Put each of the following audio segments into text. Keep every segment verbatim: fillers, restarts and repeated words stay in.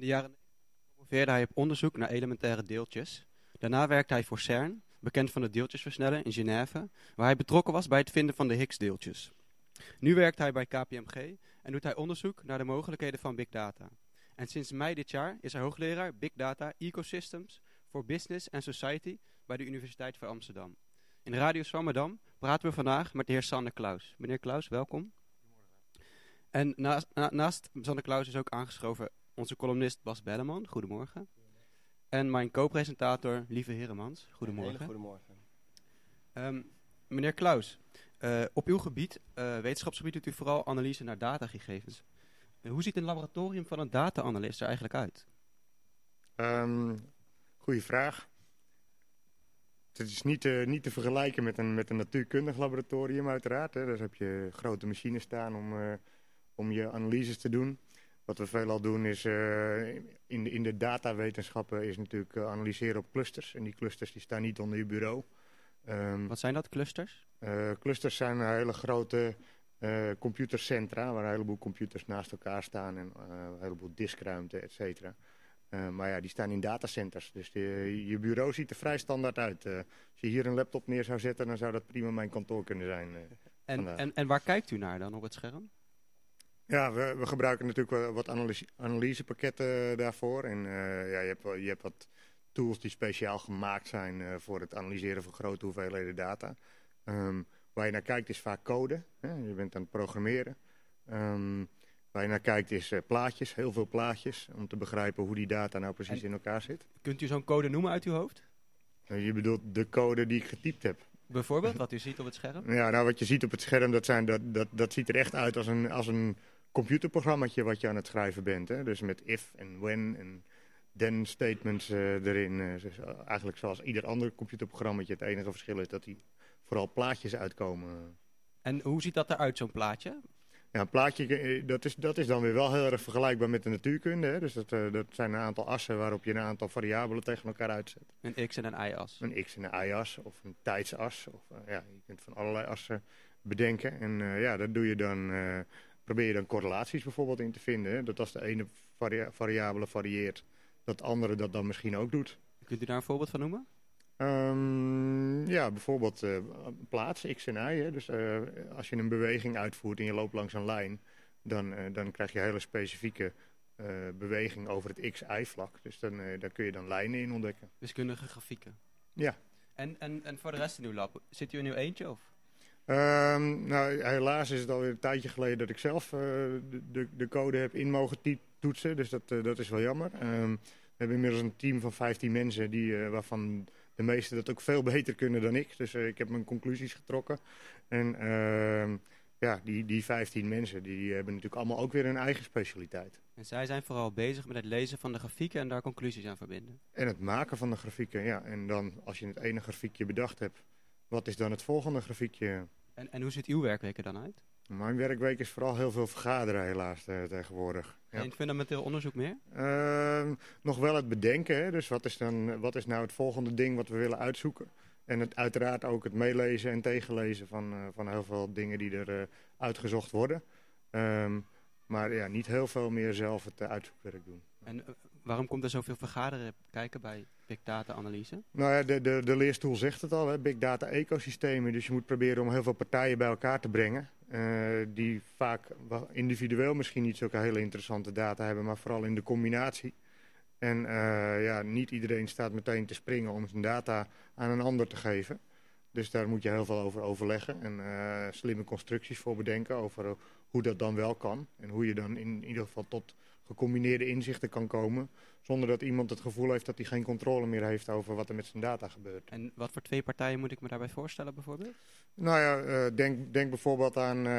jaren negentig promoveerde hij op onderzoek naar elementaire deeltjes. Daarna werkte hij voor CERN, bekend van de deeltjesversneller in Genève, waar hij betrokken was bij het vinden van de Higgs-deeltjes. Nu werkt hij bij K P M G en doet hij onderzoek naar de mogelijkheden van big data. En sinds mei dit jaar is hij hoogleraar Big Data Ecosystems for Business and Society bij de Universiteit van Amsterdam. In Radio Swammerdam praten we vandaag met de heer Sander Claus. Meneer Claus, welkom. En naast, na, naast Sander Claus is ook aangeschoven onze columnist Bas Belleman. Goedemorgen. En mijn co-presentator Lieve Heremans. Goedemorgen. Hele goedemorgen. Um, meneer Claus, uh, op uw gebied, uh, wetenschapsgebied, doet u vooral analyse naar datagegevens. Uh, hoe ziet een laboratorium van een data-analyst er eigenlijk uit? Um, goeie vraag. Het is niet, uh, niet te vergelijken met een, met een natuurkundig laboratorium uiteraard. Hè. Daar heb je grote machines staan om, uh, om je analyses te doen. Wat we veelal doen is, uh, in, de, in de datawetenschappen is natuurlijk uh, analyseren op clusters. En die clusters die staan niet onder je bureau. Um, Wat zijn dat, clusters? Uh, clusters zijn hele grote uh, computercentra waar een heleboel computers naast elkaar staan en uh, een heleboel diskruimte, et cetera. Uh, maar ja, die staan in datacenters. Dus de, je bureau ziet er vrij standaard uit. Uh, als je hier een laptop neer zou zetten, dan zou dat prima mijn kantoor kunnen zijn. Uh, en, en, en waar kijkt u naar dan op het scherm? Ja, we, we gebruiken natuurlijk wat analyse, analysepakketten daarvoor. En uh, ja, je, hebt, je hebt wat tools die speciaal gemaakt zijn uh, voor het analyseren van grote hoeveelheden data. Um, waar je naar kijkt is vaak code. Hè? Je bent aan het programmeren. Um, waar je naar kijkt is uh, plaatjes, heel veel plaatjes. Om te begrijpen hoe die data nou precies en in elkaar zit. Kunt u zo'n code noemen uit uw hoofd? Uh, je bedoelt de code die ik getypt heb. Bijvoorbeeld, wat u ziet op het scherm? Ja, nou wat je ziet op het scherm, dat, zijn, dat, dat, dat ziet er echt uit als een, als een computerprogrammaatje wat je aan het schrijven bent. Hè? Dus met if en when en then statements uh, erin. Uh, dus eigenlijk zoals ieder ander computerprogrammaatje. Het enige verschil is dat die vooral plaatjes uitkomen. En hoe ziet dat eruit, zo'n plaatje? Ja, een plaatje, dat is, dat is dan weer wel heel erg vergelijkbaar met de natuurkunde. Hè? Dus dat, uh, dat zijn een aantal assen waarop je een aantal variabelen tegen elkaar uitzet. Een x- en een y-as. Een x- en een y-as of een tijdsas. Of, uh, ja, je kunt van allerlei assen bedenken. En uh, ja, dat doe je dan, uh, probeer je dan correlaties bijvoorbeeld in te vinden. Hè? Dat als de ene varia variabele varieert, dat de andere dat dan misschien ook doet. Kunt u daar een voorbeeld van noemen? Um, ja, bijvoorbeeld uh, plaats, x en y. Hè. Dus uh, als je een beweging uitvoert en je loopt langs een lijn, dan, uh, dan krijg je hele specifieke uh, beweging over het x-y-vlak. Dus dan, uh, daar kun je dan lijnen in ontdekken. Wiskundige grafieken. Ja. En, en, en voor de rest in uw lab, zit u in uw eentje? Of? Um, nou, helaas is het alweer een tijdje geleden dat ik zelf uh, de, de, de code heb in mogen toetsen. Dus dat, uh, dat is wel jammer. Um, we hebben inmiddels een team van vijftien mensen die, uh, waarvan de meesten dat ook veel beter kunnen dan ik. Dus uh, ik heb mijn conclusies getrokken. En uh, ja, die, die vijftien mensen die hebben natuurlijk allemaal ook weer hun eigen specialiteit. En zij zijn vooral bezig met het lezen van de grafieken en daar conclusies aan verbinden. En het maken van de grafieken, ja. En dan als je het ene grafiekje bedacht hebt, wat is dan het volgende grafiekje? En, en hoe ziet uw werkweek er dan uit? Mijn werkweek is vooral heel veel vergaderen helaas uh, tegenwoordig. Geen ja. fundamenteel onderzoek meer? Uh, nog wel het bedenken. Hè? Dus wat is, dan, wat is nou het volgende ding wat we willen uitzoeken? En het, uiteraard ook het meelezen en tegenlezen van, uh, van heel veel dingen die er uh, uitgezocht worden. Um, maar ja, niet heel veel meer zelf het uh, uitzoekwerk doen. En uh, waarom komt er zoveel vergaderen kijken bij big data analyse? Nou ja, de, de, de leerstoel zegt het al, hè? Big data ecosystemen. Dus je moet proberen om heel veel partijen bij elkaar te brengen. Uh, die vaak individueel misschien niet zulke hele interessante data hebben, maar vooral in de combinatie. En uh, ja, niet iedereen staat meteen te springen om zijn data aan een ander te geven. Dus daar moet je heel veel over overleggen en uh, slimme constructies voor bedenken over uh, hoe dat dan wel kan. En hoe je dan in ieder geval tot gecombineerde inzichten kan komen, zonder dat iemand het gevoel heeft dat hij geen controle meer heeft over wat er met zijn data gebeurt. En wat voor twee partijen moet ik me daarbij voorstellen bijvoorbeeld? Nou ja, uh, denk, denk bijvoorbeeld aan, uh,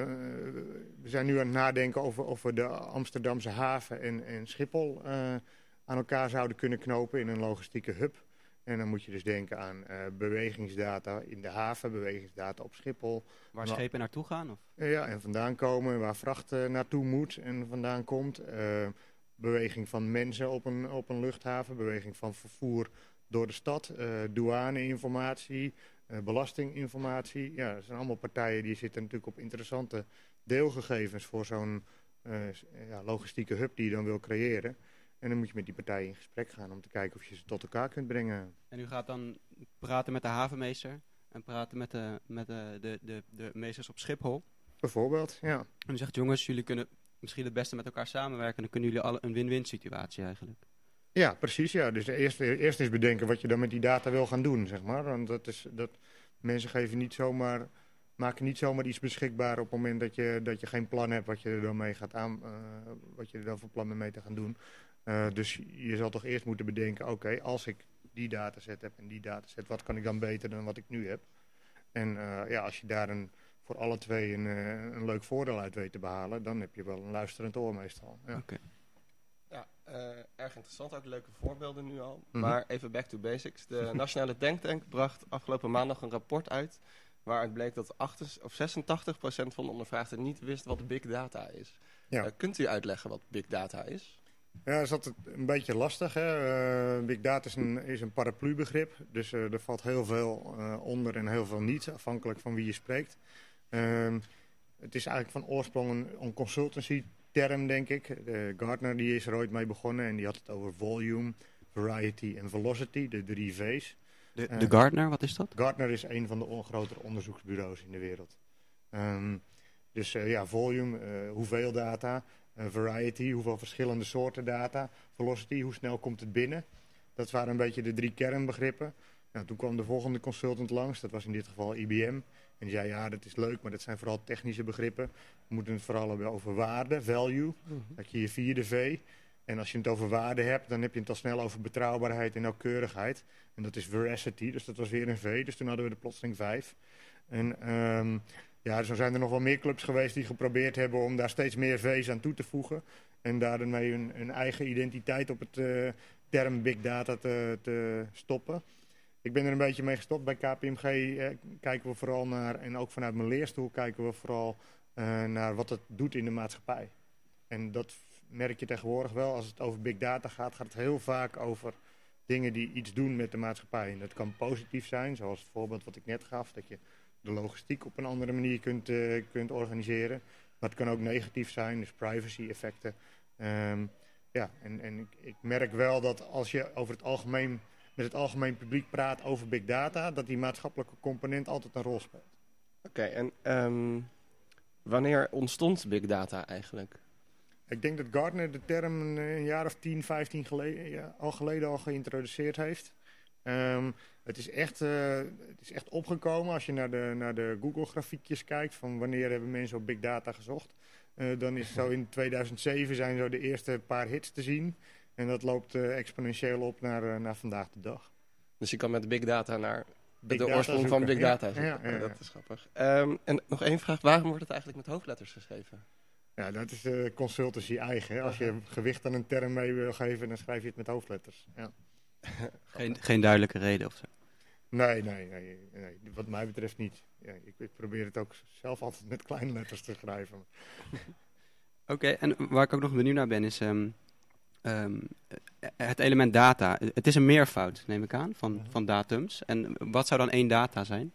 we zijn nu aan het nadenken over of we de Amsterdamse haven en, en Schiphol uh, aan elkaar zouden kunnen knopen in een logistieke hub. En dan moet je dus denken aan uh, bewegingsdata in de haven, bewegingsdata op Schiphol. Waar schepen naartoe gaan? Of? Ja, en vandaan komen, waar vracht uh, naartoe moet en vandaan komt. Uh, beweging van mensen op een, op een luchthaven, beweging van vervoer door de stad, uh, douane-informatie, uh, belastinginformatie. Ja, dat zijn allemaal partijen die zitten natuurlijk op interessante deelgegevens voor zo'n uh, ja, logistieke hub die je dan wil creëren. En dan moet je met die partijen in gesprek gaan om te kijken of je ze tot elkaar kunt brengen. En u gaat dan praten met de havenmeester en praten met de, met de, de, de, de meesters op Schiphol. Bijvoorbeeld, ja. En u zegt, jongens, jullie kunnen misschien het beste met elkaar samenwerken. Dan kunnen jullie alle een win-win situatie eigenlijk. Ja, precies. Ja. Dus eerst, eerst eens bedenken wat je dan met die data wil gaan doen, zeg maar. Want dat is, dat, mensen geven niet zomaar, maken niet zomaar iets beschikbaar op het moment dat je, dat je geen plan hebt wat je er dan mee gaat aan, uh, wat je er dan voor plannen mee te gaan doen. Uh, dus je zal toch eerst moeten bedenken, oké, okay, als ik die dataset heb en die dataset, wat kan ik dan beter dan wat ik nu heb? En uh, ja, als je daar een, voor alle twee een, uh, een leuk voordeel uit weet te behalen, dan heb je wel een luisterend oor meestal. Ja. Okay. Ja, uh, erg interessant, ook leuke voorbeelden nu al. Mm-hmm. Maar even back to basics. De Nationale Denktank bracht afgelopen maandag een rapport uit waaruit bleek dat achtenzestig of zesentachtig procent van de ondervraagden niet wist wat big data is. Ja. Uh, kunt u uitleggen wat big data is? Ja, dat is altijd een beetje lastig. Hè? Uh, big data is een, is een paraplubegrip. Dus uh, er valt heel veel uh, onder en heel veel niet, afhankelijk van wie je spreekt. Uh, het is eigenlijk van oorsprong een, een consultancy-term, denk ik. Uh, Gartner die is er ooit mee begonnen en die had het over volume, variety en velocity, de drie V's. De, de Gartner, wat is dat? Gartner is een van de on- grotere onderzoeksbureaus in de wereld. Um, dus uh, ja, volume, uh, hoeveel data... Uh, variety, hoeveel verschillende soorten data. Velocity, hoe snel komt het binnen. Dat waren een beetje de drie kernbegrippen. Nou, toen kwam de volgende consultant langs, dat was in dit geval I B M. En die zei, ja, dat is leuk, maar dat zijn vooral technische begrippen. We moeten het vooral hebben over waarde, value. Mm-hmm. Dat je je vierde V. En als je het over waarde hebt, dan heb je het al snel over betrouwbaarheid en nauwkeurigheid. En dat is veracity, dus dat was weer een V. Dus toen hadden we er plotseling vijf. En... Um, Ja, zo zijn er nog wel meer clubs geweest die geprobeerd hebben om daar steeds meer V's aan toe te voegen. En daarmee hun, hun eigen identiteit op het uh, term big data te, te stoppen. Ik ben er een beetje mee gestopt. Bij K P M G uh, kijken we vooral naar, en ook vanuit mijn leerstoel kijken we vooral uh, naar wat het doet in de maatschappij. En dat merk je tegenwoordig wel. Als het over big data gaat, gaat het heel vaak over dingen die iets doen met de maatschappij. En dat kan positief zijn, zoals het voorbeeld wat ik net gaf, dat je de logistiek op een andere manier kunt, uh, kunt organiseren. Maar het kan ook negatief zijn, dus privacy-effecten. Um, ja, en, en ik, ik merk wel dat als je over het algemeen, met het algemeen publiek praat over big data, dat die maatschappelijke component altijd een rol speelt. Oké, okay, en um, wanneer ontstond big data eigenlijk? Ik denk dat Gartner de term een, een jaar of tien, vijftien geleden, ja, al geleden al geïntroduceerd heeft. Um, het, is echt, uh, het is echt opgekomen als je naar de, naar de Google-grafiekjes kijkt van wanneer hebben mensen op big data gezocht. Uh, dan is zo in tweeduizend zeven zijn zo de eerste paar hits te zien. En dat loopt uh, exponentieel op naar, uh, naar vandaag de dag. Dus je kan met big data naar big de data oorsprong zoeken. van big data ja, zoeken. Ja, ja, ja. Oh, dat is grappig. Um, en nog één vraag, waarom wordt het eigenlijk met hoofdletters geschreven? Ja, dat is uh, consultancy eigen. Hè? Als je gewicht aan een term mee wil geven, dan schrijf je het met hoofdletters. Ja. geen, geen duidelijke reden of zo? Nee, nee, nee, nee, wat mij betreft niet. Ja, ik, ik probeer het ook zelf altijd met kleine letters te schrijven. Oké, okay, en waar ik ook nog benieuwd naar ben is um, um, het element data. Het is een meervoud, neem ik aan, van, van datums. En wat zou dan één data zijn?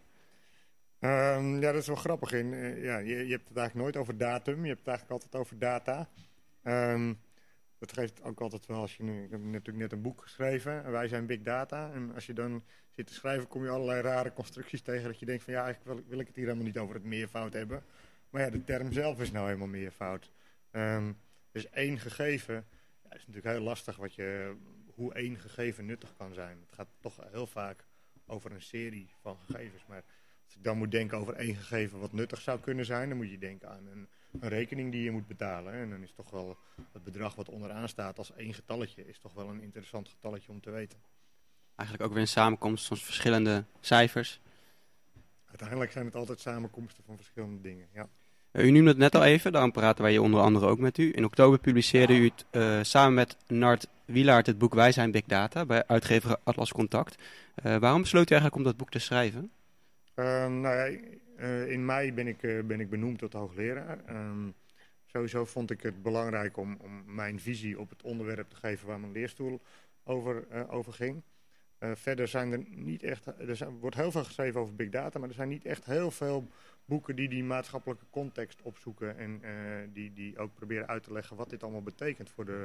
Um, ja, dat is wel grappig. In, uh, ja, je, je hebt het eigenlijk nooit over datum, je hebt het eigenlijk altijd over data. Um, dat geeft ook altijd wel, als je nu, ik heb natuurlijk net een boek geschreven, en wij zijn big data. En als je dan zit te schrijven, kom je allerlei rare constructies tegen dat je denkt van ja, eigenlijk wil, wil ik het hier helemaal niet over het meervoud hebben. Maar ja, de term zelf is nou helemaal meervoud. Um, dus één gegeven, ja, is natuurlijk heel lastig wat je, hoe één gegeven nuttig kan zijn. Het gaat toch heel vaak over een serie van gegevens, maar als ik dan moet denken over één gegeven wat nuttig zou kunnen zijn, dan moet je denken aan een, een rekening die je moet betalen. En dan is toch wel het bedrag wat onderaan staat als één getalletje, is toch wel een interessant getalletje om te weten. Eigenlijk ook weer een samenkomst van verschillende cijfers. Uiteindelijk zijn het altijd samenkomsten van verschillende dingen, ja. Uh, u noemde het net al even, daarom praten wij hier onder andere ook met u. In oktober publiceerde u het uh, samen met Nart Wielaert het boek Wij zijn Big Data bij uitgever Atlas Contact. Uh, waarom besloot u eigenlijk om dat boek te schrijven? Uh, nou ja, uh, in mei ben ik, uh, ben ik benoemd tot hoogleraar. Um, sowieso vond ik het belangrijk om, om mijn visie op het onderwerp te geven waar mijn leerstoel over, uh, over ging. Uh, verder zijn er niet echt, er zijn, wordt heel veel geschreven over big data, maar er zijn niet echt heel veel boeken die die maatschappelijke context opzoeken en uh, die, die ook proberen uit te leggen wat dit allemaal betekent voor de,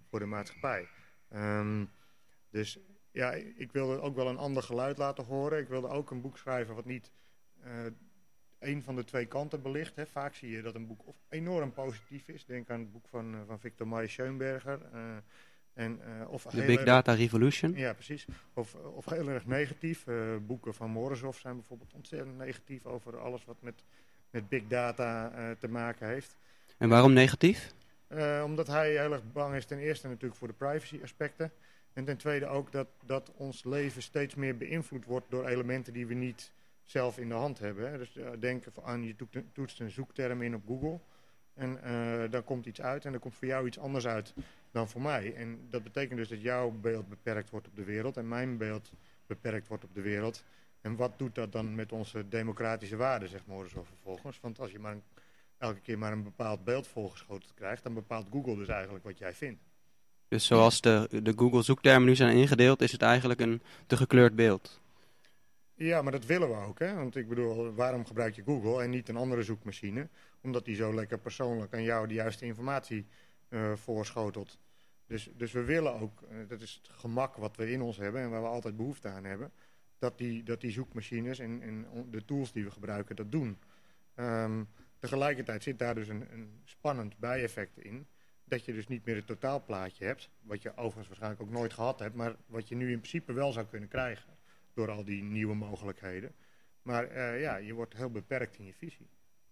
voor de maatschappij. Um, dus ja, ik wilde ook wel een ander geluid laten horen. Ik wilde ook een boek schrijven wat niet uh, een van de twee kanten belicht. Hè. Vaak zie je dat een boek of enorm positief is. Denk aan het boek van, uh, van Victor Meyer-Schönberger. Uh, en, uh, of de Big Data erg, Revolution. Ja, precies. Of, of heel erg negatief. Uh, boeken van Morozov zijn bijvoorbeeld ontzettend negatief over alles wat met, met Big Data uh, te maken heeft. En waarom negatief? Uh, omdat hij heel erg bang is ten eerste natuurlijk voor de privacy aspecten. En ten tweede ook dat, dat ons leven steeds meer beïnvloed wordt door elementen die we niet zelf in de hand hebben. Hè. Dus uh, denk aan, je toetst een zoekterm in op Google. En uh, dan komt iets uit en dan komt voor jou iets anders uit dan voor mij. En dat betekent dus dat jouw beeld beperkt wordt op de wereld en mijn beeld beperkt wordt op de wereld. En wat doet dat dan met onze democratische waarden, zegt Morozov vervolgens. Want als je maar een, elke keer maar een bepaald beeld voorgeschoten krijgt, dan bepaalt Google dus eigenlijk wat jij vindt. Dus zoals de, de Google zoektermen nu zijn ingedeeld, is het eigenlijk een te gekleurd beeld? Ja, maar dat willen we ook. Hè? Want ik bedoel, waarom gebruik je Google en niet een andere zoekmachine? Omdat die zo lekker persoonlijk aan jou de juiste informatie uh, voorschotelt. Dus, dus we willen ook, uh, dat is het gemak wat we in ons hebben en waar we altijd behoefte aan hebben, dat die, dat die zoekmachines en, en de tools die we gebruiken dat doen. Um, tegelijkertijd zit daar dus een, een spannend bijeffect in. Dat je dus niet meer het totaalplaatje hebt, wat je overigens waarschijnlijk ook nooit gehad hebt, maar wat je nu in principe wel zou kunnen krijgen door al die nieuwe mogelijkheden. Maar uh, ja, je wordt heel beperkt in je visie.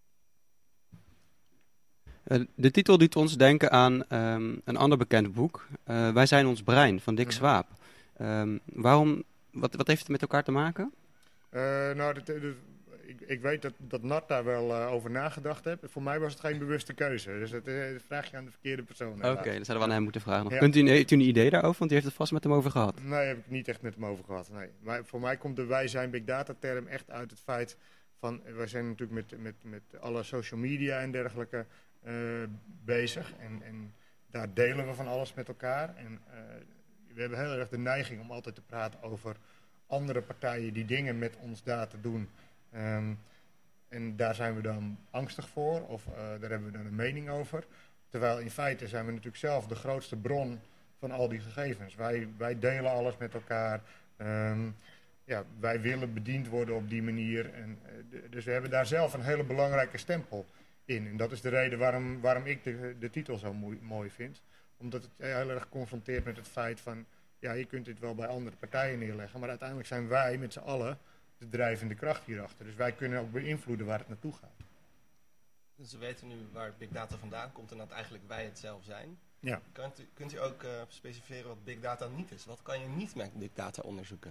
Uh, de titel doet ons denken aan um, een ander bekend boek, uh, Wij zijn ons brein, van Dick Swaap. Um, waarom, wat, wat heeft het met elkaar te maken? Uh, nou, dat, dat, ik, ik weet dat, dat Nat daar wel uh, over nagedacht heeft. Voor mij was het geen bewuste keuze. Dus dat, uh, dat vraag je aan de verkeerde persoon. Oké, okay, dan zouden we aan hem moeten vragen. Ja. Kunt u, heeft u een idee daarover? Want u heeft het vast met hem over gehad. Nee, heb ik niet echt met hem over gehad. Nee. Maar voor mij komt de wij zijn big data term echt uit het feit van... Wij zijn natuurlijk met, met, met alle social media en dergelijke uh, bezig. En, en daar delen we van alles met elkaar. En uh, we hebben heel erg de neiging om altijd te praten over andere partijen die dingen met ons data doen... Um, en daar zijn we dan angstig voor of uh, daar hebben we dan een mening over. Terwijl in feite zijn we natuurlijk zelf de grootste bron van al die gegevens. Wij, wij delen alles met elkaar. Um, ja, wij willen bediend worden op die manier. En, uh, de, dus we hebben daar zelf een hele belangrijke stempel in. En dat is de reden waarom, waarom ik de, de titel zo mooi, mooi vind. Omdat het heel erg confronteert met het feit van... ja, je kunt dit wel bij andere partijen neerleggen... maar uiteindelijk zijn wij met z'n allen... de drijvende kracht hierachter. Dus wij kunnen ook beïnvloeden waar het naartoe gaat. Dus we weten nu waar big data vandaan komt en dat eigenlijk wij het zelf zijn. Ja. Kunt u, kunt u ook uh, specificeren wat big data niet is? Wat kan je niet met big data onderzoeken?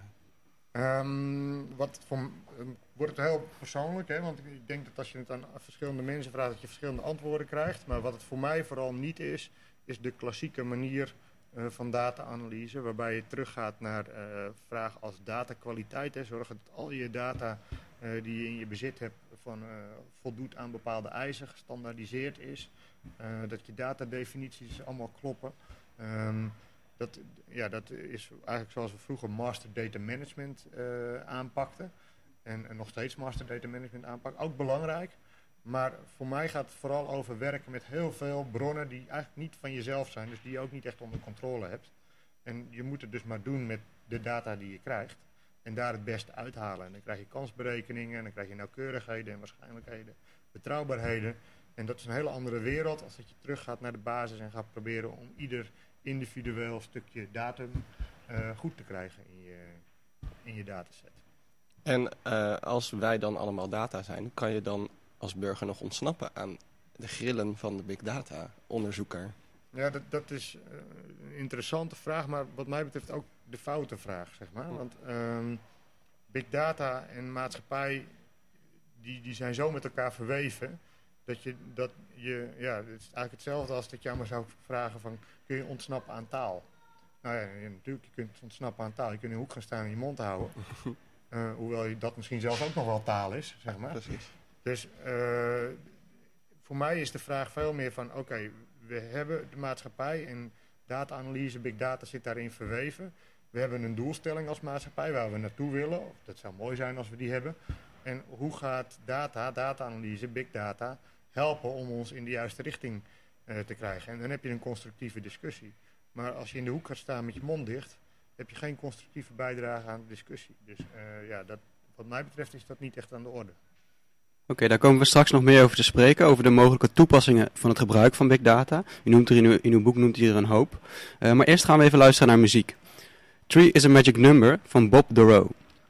Um, wat voor, um, wordt het heel persoonlijk, hè? Want ik denk dat als je het aan verschillende mensen vraagt dat je verschillende antwoorden krijgt. Maar wat het voor mij vooral niet is, is de klassieke manier uh, van data-analyse, waarbij je teruggaat naar uh, vragen als datakwaliteit. Hè. Zorg dat al je data uh, die je in je bezit hebt van, uh, voldoet aan bepaalde eisen, gestandaardiseerd is. Uh, dat je datadefinities allemaal kloppen. Um, dat, ja, dat is eigenlijk zoals we vroeger master data management uh, aanpakten. En, en nog steeds master data management aanpakken. Ook belangrijk. Maar voor mij gaat het vooral over werken met heel veel bronnen die eigenlijk niet van jezelf zijn. Dus die je ook niet echt onder controle hebt. En je moet het dus maar doen met de data die je krijgt. En daar het beste uithalen. En dan krijg je kansberekeningen. En dan krijg je nauwkeurigheden en waarschijnlijkheden. Betrouwbaarheden. En dat is een hele andere wereld als dat je teruggaat naar de basis en gaat proberen om ieder individueel stukje datum uh, goed te krijgen in je, in je dataset. En uh, als wij dan allemaal data zijn, kan je dan als burger nog ontsnappen aan de grillen van de big data onderzoeker? Ja, dat, dat is uh, een interessante vraag, maar wat mij betreft ook de foute vraag, zeg maar. Want um, big data en maatschappij, die, die zijn zo met elkaar verweven, dat je, dat je, ja, het is eigenlijk hetzelfde als dat je aan me zou vragen van, kun je ontsnappen aan taal? Nou ja, ja, natuurlijk, je kunt ontsnappen aan taal. Je kunt in een hoek gaan staan en je mond houden. Uh, hoewel je dat misschien zelf ook nog wel taal is, zeg maar. Precies. Dus uh, voor mij is de vraag veel meer van, oké, okay, we hebben de maatschappij en data-analyse, big data zit daarin verweven. We hebben een doelstelling als maatschappij waar we naartoe willen. Of dat zou mooi zijn als we die hebben. En hoe gaat data, data-analyse, big data helpen om ons in de juiste richting uh, te krijgen? En dan heb je een constructieve discussie. Maar als je in de hoek gaat staan met je mond dicht, heb je geen constructieve bijdrage aan de discussie. Dus uh, ja, dat, wat mij betreft is dat niet echt aan de orde. Oké, okay, daar komen we straks nog meer over te spreken, over de mogelijke toepassingen van het gebruik van big data. U noemt er in, uw, in uw boek noemt u er een hoop. Uh, maar eerst gaan we even luisteren naar muziek. Three is a Magic Number van Bob Dorough.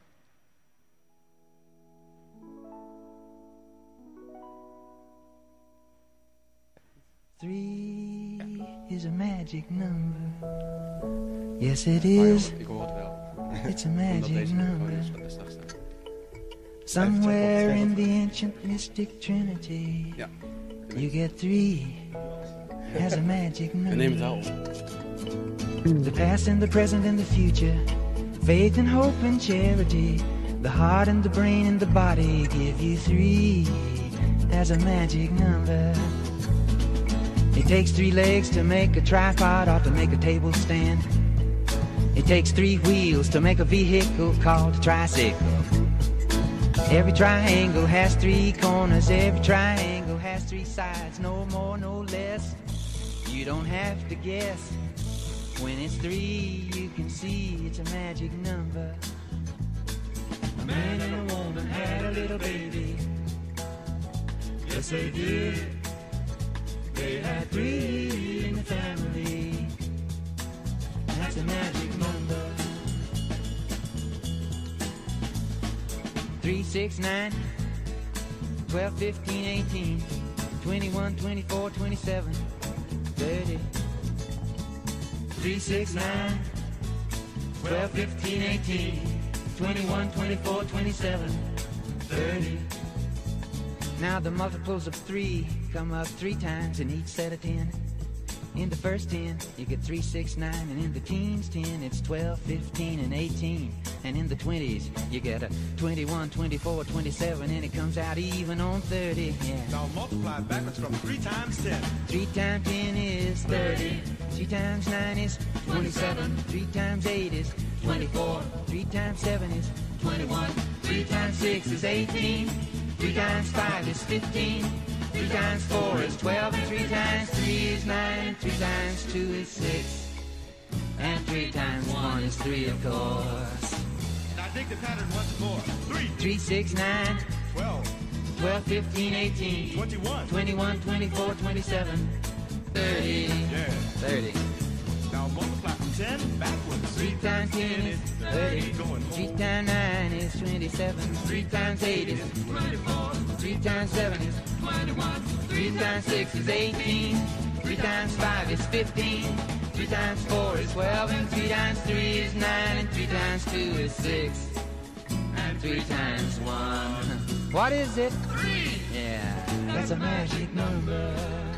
Three is a magic number. Yes, it is. Ik hoor het wel. It's a magic number. Somewhere in the ancient mystic trinity, ja. you get three as a magic number. We nemen het wel. The past and the present and the future, faith and hope and charity, the heart and the brain and the body give you three as a magic number. It takes three legs to make a tripod or to make a table stand. It takes three wheels to make a vehicle called a tricycle. Every triangle has three corners, every triangle has three sides, no more, no less. You don't have to guess. When it's three, you can see it's a magic number. A man and a woman had a little baby. Yes, they did. They had three in the family. That's a magic number. Three, six, nine, twelve, fifteen, eighteen, twenty-one, twenty-four, twenty-seven, thirty. Three, six, nine, twelve, fifteen, eighteen, twenty-one, twenty-four, twenty-seven, thirty. Now the multiples of three come up three times in each set of ten. In the first ten, you get three, six, nine, and in the teens, ten, it's twelve, fifteen, and eighteen. And in the twenties, you get a twenty-one, twenty-four, twenty-seven, and it comes out even on thirty, yeah. Now multiply backwards from three times ten. Three times ten is thirty. Three times nine is twenty-seven. Three times eight is twenty-four. Three times seven is twenty-one. Three times six is eighteen. Three times five is fifteen. Three times four is twelve. And three times three is nine. And three times two is six. And three times one is three, of course. Now dig the pattern once more. Three. Three, six, nine. Twelve. Twelve, fifteen, eighteen. Twenty-one. Twenty-one, twenty-four, twenty-seven. Thirty. Yeah. Thirty. Now multiply from ten backwards. Three times ten is thirty. Three times nine is twenty-seven. Three times eight is twenty-four. Three times seven is twenty-one. Three times six is eighteen. Three times five is fifteen. Three times four is twelve. And three times three is nine. And three times two is six. And three times one. What is it? Three. Yeah, that's a magic number.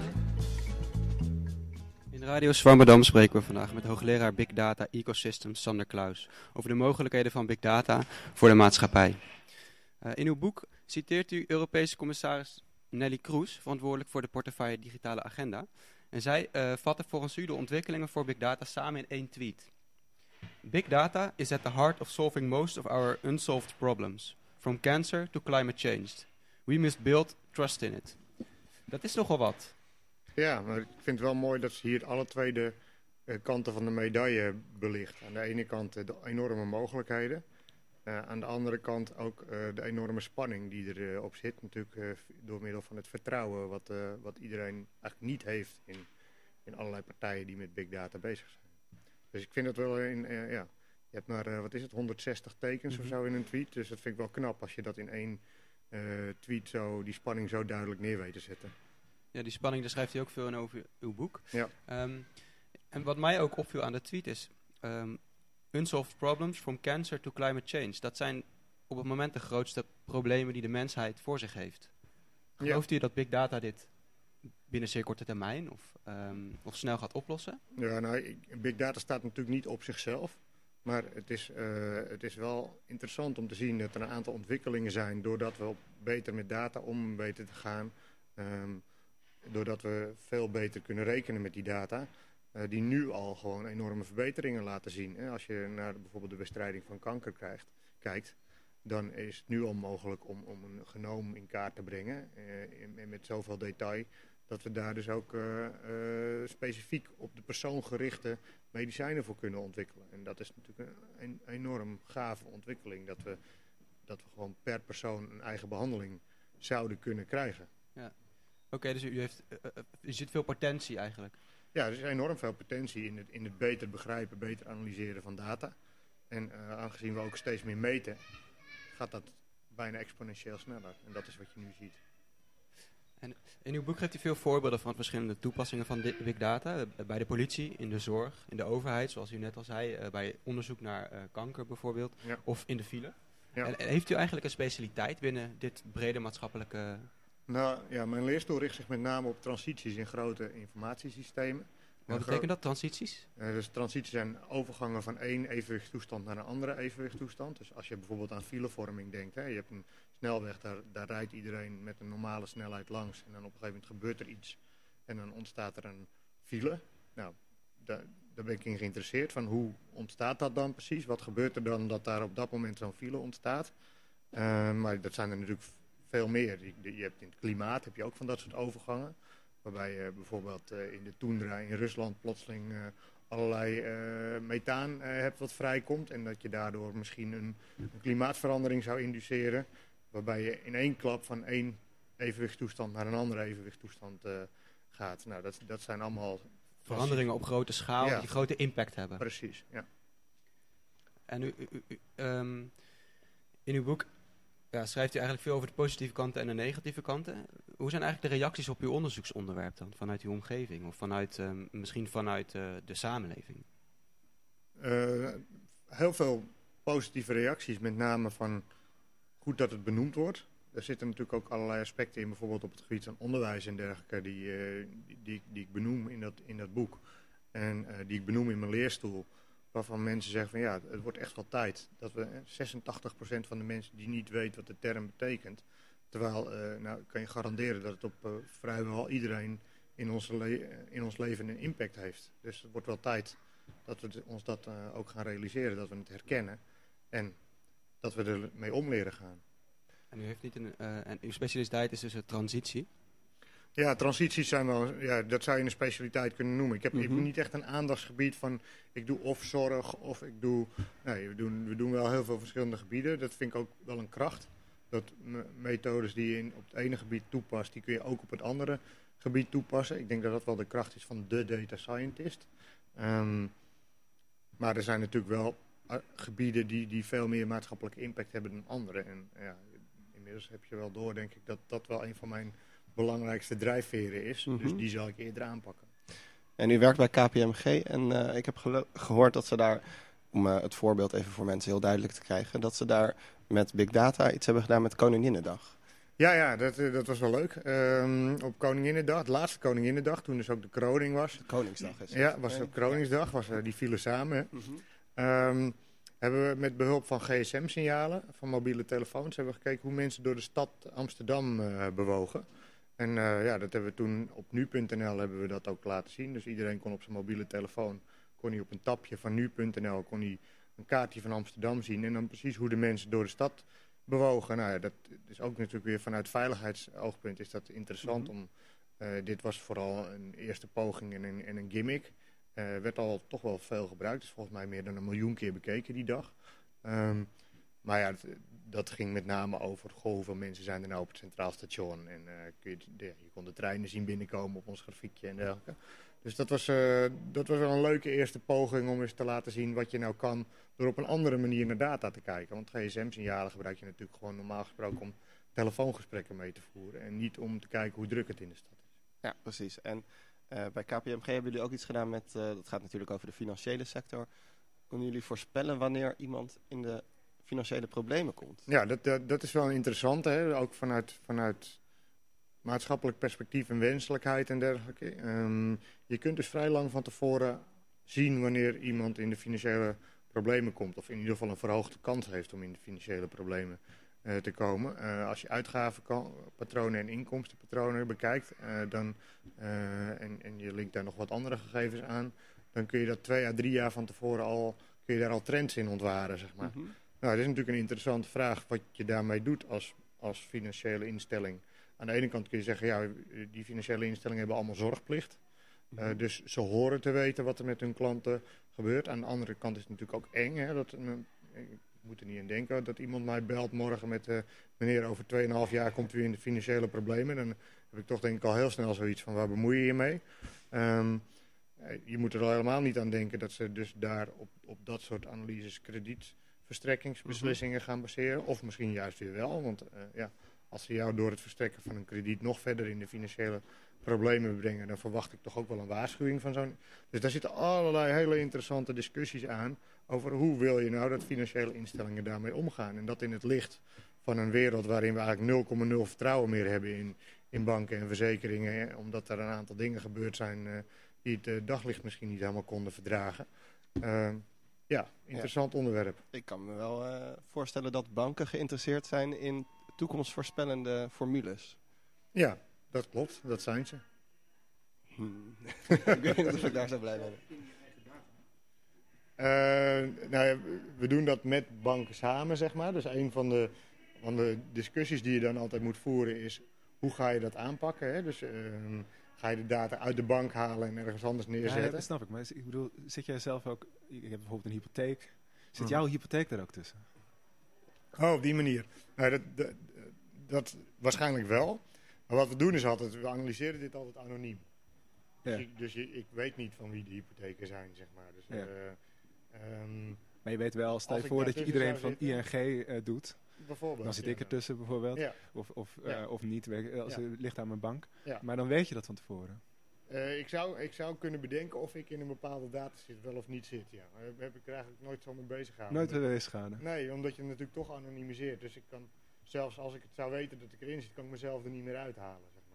In Radio Swammerdam spreken we vandaag met hoogleraar Big Data Ecosystems Sander Klaus over de mogelijkheden van Big Data voor de maatschappij. Uh, in uw boek citeert u Europese commissaris Nelly Kroes, verantwoordelijk voor de portefeuille Digitale Agenda. En zij uh, vatte volgens u de ontwikkelingen voor Big Data samen in één tweet. Big Data is at the heart of solving most of our unsolved problems, from cancer to climate change. We must build trust in it. Dat is nogal wat. Ja, maar ik vind het wel mooi dat ze hier alle twee de uh, kanten van de medaille belicht. Aan de ene kant uh, de enorme mogelijkheden. Uh, aan de andere kant ook uh, de enorme spanning die erop uh, op zit. Natuurlijk uh, door middel van het vertrouwen wat, uh, wat iedereen eigenlijk niet heeft in, in allerlei partijen die met big data bezig zijn. Dus ik vind dat wel in, uh, ja, je hebt maar, uh, wat is het, honderdzestig tekens mm-hmm. of zo in een tweet. Dus dat vind ik wel knap als je dat in één uh, tweet zo, die spanning zo duidelijk neer weet te zetten. Ja, die spanning, daar schrijft hij ook veel in over uw boek. Ja. Um, en wat mij ook opviel aan de tweet is... Um, unsolved problems from cancer to climate change. Dat zijn op het moment de grootste problemen die de mensheid voor zich heeft. Gelooft ja. u dat Big Data dit binnen zeer korte termijn of, um, of snel gaat oplossen? Ja, nou, Big Data staat natuurlijk niet op zichzelf. Maar het is, uh, het is wel interessant om te zien dat er een aantal ontwikkelingen zijn... doordat we beter met data om weten te gaan... Um, doordat we veel beter kunnen rekenen met die data... Uh, die nu al gewoon enorme verbeteringen laten zien. Hè. Als je naar de, bijvoorbeeld de bestrijding van kanker krijgt, kijkt... dan is het nu al mogelijk om, om een genoom in kaart te brengen... Uh, in, in met zoveel detail... dat we daar dus ook uh, uh, specifiek op de persoon gerichte medicijnen voor kunnen ontwikkelen. En dat is natuurlijk een, een enorm gave ontwikkeling, dat we, dat we gewoon per persoon een eigen behandeling zouden kunnen krijgen. Ja. Oké, okay, dus u, heeft, uh, uh, u ziet veel potentie eigenlijk. Ja, er is enorm veel potentie in het, in het beter begrijpen, beter analyseren van data. En uh, aangezien we ook steeds meer meten, gaat dat bijna exponentieel sneller. En dat is wat je nu ziet. En in uw boek geeft u veel voorbeelden van verschillende toepassingen van big data. Bij de politie, in de zorg, in de overheid, zoals u net al zei. Uh, bij onderzoek naar uh, kanker bijvoorbeeld. Ja. Of in de file. Ja. En, en heeft u eigenlijk een specialiteit binnen dit brede maatschappelijke... Nou ja, mijn leerstoel richt zich met name op transities in grote informatiesystemen. Wat betekent dat, transities? Uh, dus transities zijn overgangen van één evenwichtstoestand naar een andere evenwichtstoestand. Dus als je bijvoorbeeld aan filevorming denkt, hè, je hebt een snelweg, daar, daar rijdt iedereen met een normale snelheid langs. En dan op een gegeven moment gebeurt er iets en dan ontstaat er een file. Nou, daar, daar ben ik in geïnteresseerd, van hoe ontstaat dat dan precies? Wat gebeurt er dan dat daar op dat moment zo'n file ontstaat? Uh, maar dat zijn er natuurlijk veel meer. Je, je hebt in het klimaat heb je ook van dat soort overgangen. Waarbij je bijvoorbeeld uh, in de toendra in Rusland plotseling uh, allerlei uh, methaan uh, hebt wat vrijkomt. En dat je daardoor misschien een, een klimaatverandering zou induceren. Waarbij je in één klap van één evenwichtstoestand naar een andere evenwichtstoestand uh, gaat. Nou, dat, dat zijn allemaal... Veranderingen op grote schaal ja. die grote impact hebben. Precies, ja. En u, u, u, um, in uw boek... Ja, schrijft u eigenlijk veel over de positieve kanten en de negatieve kanten. Hoe zijn eigenlijk de reacties op uw onderzoeksonderwerp dan? Vanuit uw omgeving of vanuit, uh, misschien vanuit uh, de samenleving? Uh, heel veel positieve reacties, met name van goed dat het benoemd wordt. Er zitten natuurlijk ook allerlei aspecten in, bijvoorbeeld op het gebied van onderwijs en dergelijke, die, uh, die, die, die ik benoem in dat, in dat boek. En uh, die ik benoem in mijn leerstoel. Waarvan mensen zeggen van ja, het wordt echt wel tijd. Dat we zesentachtig procent van de mensen die niet weet wat de term betekent. Terwijl, uh, nou kan je garanderen dat het op uh, vrijwel iedereen in, onze le- in ons leven een impact heeft. Dus het wordt wel tijd dat we ons dat uh, ook gaan realiseren. Dat we het herkennen en dat we ermee om leren gaan. En u heeft niet een, uh, en uw specialiteit is dus een transitie? Ja, transities zijn wel, ja, dat zou je een specialiteit kunnen noemen. Ik heb, mm-hmm. ik heb niet echt een aandachtsgebied van, ik doe of zorg of ik doe, nee, we doen, we doen wel heel veel verschillende gebieden. Dat vind ik ook wel een kracht. Dat me- methodes die je in, op het ene gebied toepast, die kun je ook op het andere gebied toepassen. Ik denk dat dat wel de kracht is van de data scientist. Um, maar er zijn natuurlijk wel uh, gebieden die, die veel meer maatschappelijke impact hebben dan andere. En ja, inmiddels heb je wel door, denk ik, dat dat wel een van mijn belangrijkste drijfveren is. Mm-hmm. Dus die zal ik eerder aanpakken. En u werkt bij K P M G en uh, ik heb gelo- gehoord dat ze daar, om uh, het voorbeeld even voor mensen heel duidelijk te krijgen, dat ze daar met Big Data iets hebben gedaan met Koninginnedag. Ja, ja, dat, dat was wel leuk. Um, op Koninginnedag, de laatste Koninginnedag, toen dus ook de kroning was. Koningsdag is het. Ja, was op Kroningsdag, was, uh, die vielen samen. Mm-hmm. Um, hebben we met behulp van G S M-signalen, van mobiele telefoons, hebben we gekeken hoe mensen door de stad Amsterdam uh, bewogen. En uh, ja, dat hebben we toen op nu punt n l hebben we dat ook laten zien. Dus iedereen kon op zijn mobiele telefoon, kon hij op een tabje van nu punt n l, kon hij een kaartje van Amsterdam zien. En dan precies hoe de mensen door de stad bewogen. Nou ja, dat is ook natuurlijk weer vanuit veiligheidsoogpunt is dat interessant. Mm-hmm. om, uh, dit was vooral een eerste poging en een, en een gimmick. Uh, werd al toch wel veel gebruikt. Dus volgens mij meer dan een miljoen keer bekeken die dag. Um, maar ja, dat, dat ging met name over goh, hoeveel mensen zijn er nou op het Centraal Station. En uh, kun je, de, je kon de treinen zien binnenkomen op ons grafiekje en dergelijke. Dus dat was, uh, dat was wel een leuke eerste poging om eens te laten zien wat je nou kan door op een andere manier naar data te kijken. Want G S M-signalen gebruik je natuurlijk gewoon normaal gesproken om telefoongesprekken mee te voeren. En niet om te kijken hoe druk het in de stad is. Ja, precies. En uh, bij K P M G hebben jullie ook iets gedaan met, uh, dat gaat natuurlijk over de financiële sector. Kunnen jullie voorspellen wanneer iemand in de financiële problemen komt? Ja, dat, dat, dat is wel interessant. Hè? Ook vanuit, vanuit maatschappelijk perspectief en wenselijkheid en dergelijke. Um, je kunt dus vrij lang van tevoren zien wanneer iemand in de financiële problemen komt. Of in ieder geval een verhoogde kans heeft om in de financiële problemen uh, te komen. Uh, als je uitgavenpatronen en inkomstenpatronen bekijkt uh, dan, uh, en, en je linkt daar nog wat andere gegevens aan, dan kun je dat twee à drie jaar van tevoren al, kun je daar al trends in ontwaren, zeg maar. Mm-hmm. Nou, dat is natuurlijk een interessante vraag wat je daarmee doet als, als financiële instelling. Aan de ene kant kun je zeggen, ja, die financiële instellingen hebben allemaal zorgplicht. Uh, Mhm. dus ze horen te weten wat er met hun klanten gebeurt. Aan de andere kant is het natuurlijk ook eng. Hè, dat, uh, ik moet er niet aan denken dat iemand mij belt morgen met... Uh, meneer, over twee en een half jaar komt u in de financiële problemen. Dan heb ik toch denk ik al heel snel zoiets van, waar bemoei je je mee? Um, je moet er al helemaal niet aan denken dat ze dus daar op, op dat soort analyses kredietverstrekkingsbeslissingen gaan baseren. Of misschien juist weer wel, want uh, ja, als ze jou door het verstrekken van een krediet nog verder in de financiële problemen brengen, dan verwacht ik toch ook wel een waarschuwing van zo'n... Dus daar zitten allerlei hele interessante discussies aan over hoe wil je nou dat financiële instellingen daarmee omgaan. En dat in het licht van een wereld waarin we eigenlijk nul komma nul vertrouwen meer hebben in, in banken en verzekeringen, hè, omdat er een aantal dingen gebeurd zijn uh, die het uh, daglicht misschien niet helemaal konden verdragen. Uh, ja, interessant ja. onderwerp. Ik kan me wel uh, voorstellen dat banken geïnteresseerd zijn in toekomstvoorspellende formules. Ja, dat klopt. Dat zijn ze. Hmm. Ik weet niet of ik daar zo blij mee ben. Uh, nou ja, we doen dat met banken samen, zeg maar. Dus een van de, van de discussies die je dan altijd moet voeren is, hoe ga je dat aanpakken? Hè? Dus uh, ga je de data uit de bank halen en ergens anders neerzetten? Ja, dat snap ik. Maar ik bedoel, zit jij zelf ook, je hebt bijvoorbeeld een hypotheek. Zit Hmm. jouw hypotheek daar ook tussen? Oh, op die manier. Nou, dat, dat, dat waarschijnlijk wel. Maar wat we doen is altijd, we analyseren dit altijd anoniem. Ja. Dus, ik, dus je, ik weet niet van wie de hypotheken zijn, zeg maar. Dus, Ja. uh, um, maar je weet wel, stel als je ik voor dat je daartussen iedereen zou van zitten- I N G uh, doet. bijvoorbeeld. Dan zit ja. ik ertussen bijvoorbeeld. Ja. Of, of, uh, Ja. of niet, werk- als Ja. het ligt aan mijn bank. Ja. Maar dan weet je dat van tevoren. Uh, ik, zou, ik zou kunnen bedenken of ik in een bepaalde dataset wel of niet zit, ja. Daar heb ik er eigenlijk nooit zo mee bezig gehouden. Nooit weer schade. Nee, omdat je natuurlijk toch anonimiseert. Dus ik kan, zelfs als ik het zou weten dat ik erin zit, kan ik mezelf er niet meer uithalen, zeg maar.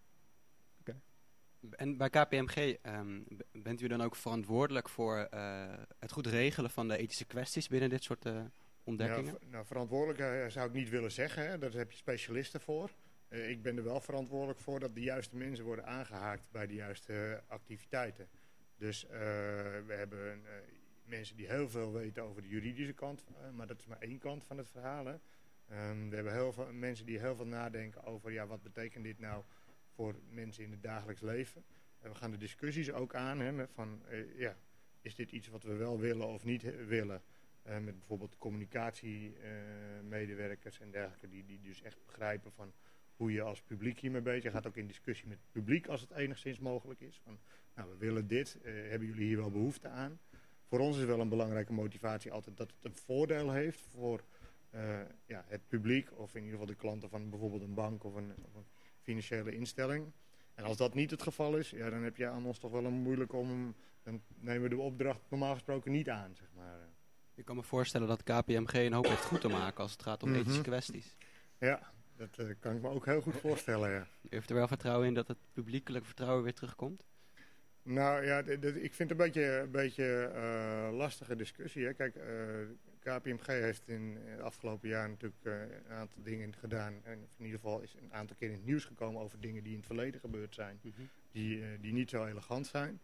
En bij K P M G um, bent u dan ook verantwoordelijk voor uh, het goed regelen van de ethische kwesties binnen dit soort uh, ontdekkingen? Ja, v- nou, verantwoordelijk uh, zou ik niet willen zeggen, hè. Daar heb je specialisten voor. Uh, ik ben er wel verantwoordelijk voor dat de juiste mensen worden aangehaakt bij de juiste uh, activiteiten. Dus uh, we hebben uh, mensen die heel veel weten over de juridische kant, uh, maar dat is maar één kant van het verhaal, hè. Um, we hebben heel veel mensen die heel veel nadenken over, ja, wat betekent dit nou voor mensen in het dagelijks leven. En we gaan de discussies ook aan, hè, met van, uh, ja, is dit iets wat we wel willen of niet he- willen? Uh, met bijvoorbeeld communicatiemedewerkers uh, en dergelijke, die, die dus echt begrijpen van hoe je als publiek hiermee bezig gaat. Je gaat ook in discussie met het publiek als het enigszins mogelijk is. Van, nou, we willen dit, uh, hebben jullie hier wel behoefte aan? Voor ons is wel een belangrijke motivatie altijd dat het een voordeel heeft voor uh, ja, het publiek, of in ieder geval de klanten van bijvoorbeeld een bank of een, of een financiële instelling. En als dat niet het geval is, ja, dan heb je aan ons toch wel een moeilijk om, dan nemen we de opdracht normaal gesproken niet aan, zeg maar. Ik kan me voorstellen dat K P M G een hoop heeft goed te maken als het gaat om Mhm. ethische kwesties. Ja, dat uh, kan ik me ook heel goed voorstellen, ja. U heeft er wel vertrouwen in dat het publiekelijk vertrouwen weer terugkomt? Nou ja, d- d- ik vind het een beetje een beetje, uh, lastige discussie. Hè. Kijk, uh, K P M G heeft in het afgelopen jaar natuurlijk uh, een aantal dingen gedaan. En in ieder geval is een aantal keer in het nieuws gekomen over dingen die in het verleden gebeurd zijn. Mm-hmm. Die, uh, die niet zo elegant zijn.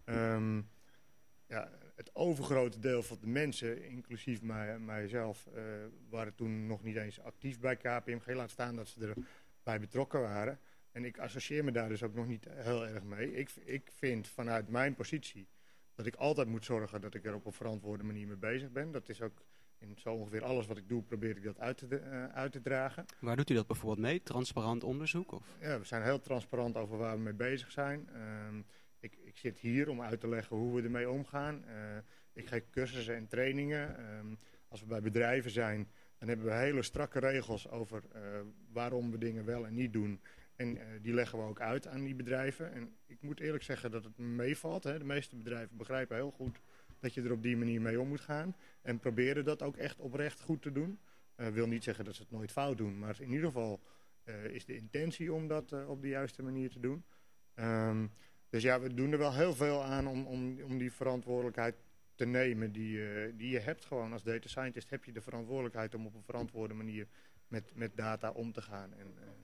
Um, ja, het overgrote deel van de mensen, inclusief mij, mijzelf, uh, waren toen nog niet eens actief bij K P M G. Laat staan dat ze erbij betrokken waren. En ik associeer me daar dus ook nog niet heel erg mee. Ik, ik vind vanuit mijn positie dat ik altijd moet zorgen dat ik er op een verantwoorde manier mee bezig ben. Dat is ook in zo ongeveer alles wat ik doe, probeer ik dat uit te, uh, uit te dragen. Waar doet u dat bijvoorbeeld mee? Transparant onderzoek? Of? Ja, we zijn heel transparant over waar we mee bezig zijn. Um, ik, ik zit hier om uit te leggen hoe we ermee omgaan. Uh, ik geef cursussen en trainingen. Um, als we bij bedrijven zijn, dan hebben we hele strakke regels over uh, waarom we dingen wel en niet doen. En uh, die leggen we ook uit aan die bedrijven. En ik moet eerlijk zeggen dat het meevalt. Hè. De meeste bedrijven begrijpen heel goed dat je er op die manier mee om moet gaan. En proberen dat ook echt oprecht goed te doen. Ik uh, wil niet zeggen dat ze het nooit fout doen. Maar in ieder geval uh, is de intentie om dat uh, op de juiste manier te doen. Um, dus ja, we doen er wel heel veel aan om, om, om die verantwoordelijkheid te nemen die, uh, die je hebt. Gewoon als data scientist heb je de verantwoordelijkheid om op een verantwoorde manier met, met data om te gaan. En, uh,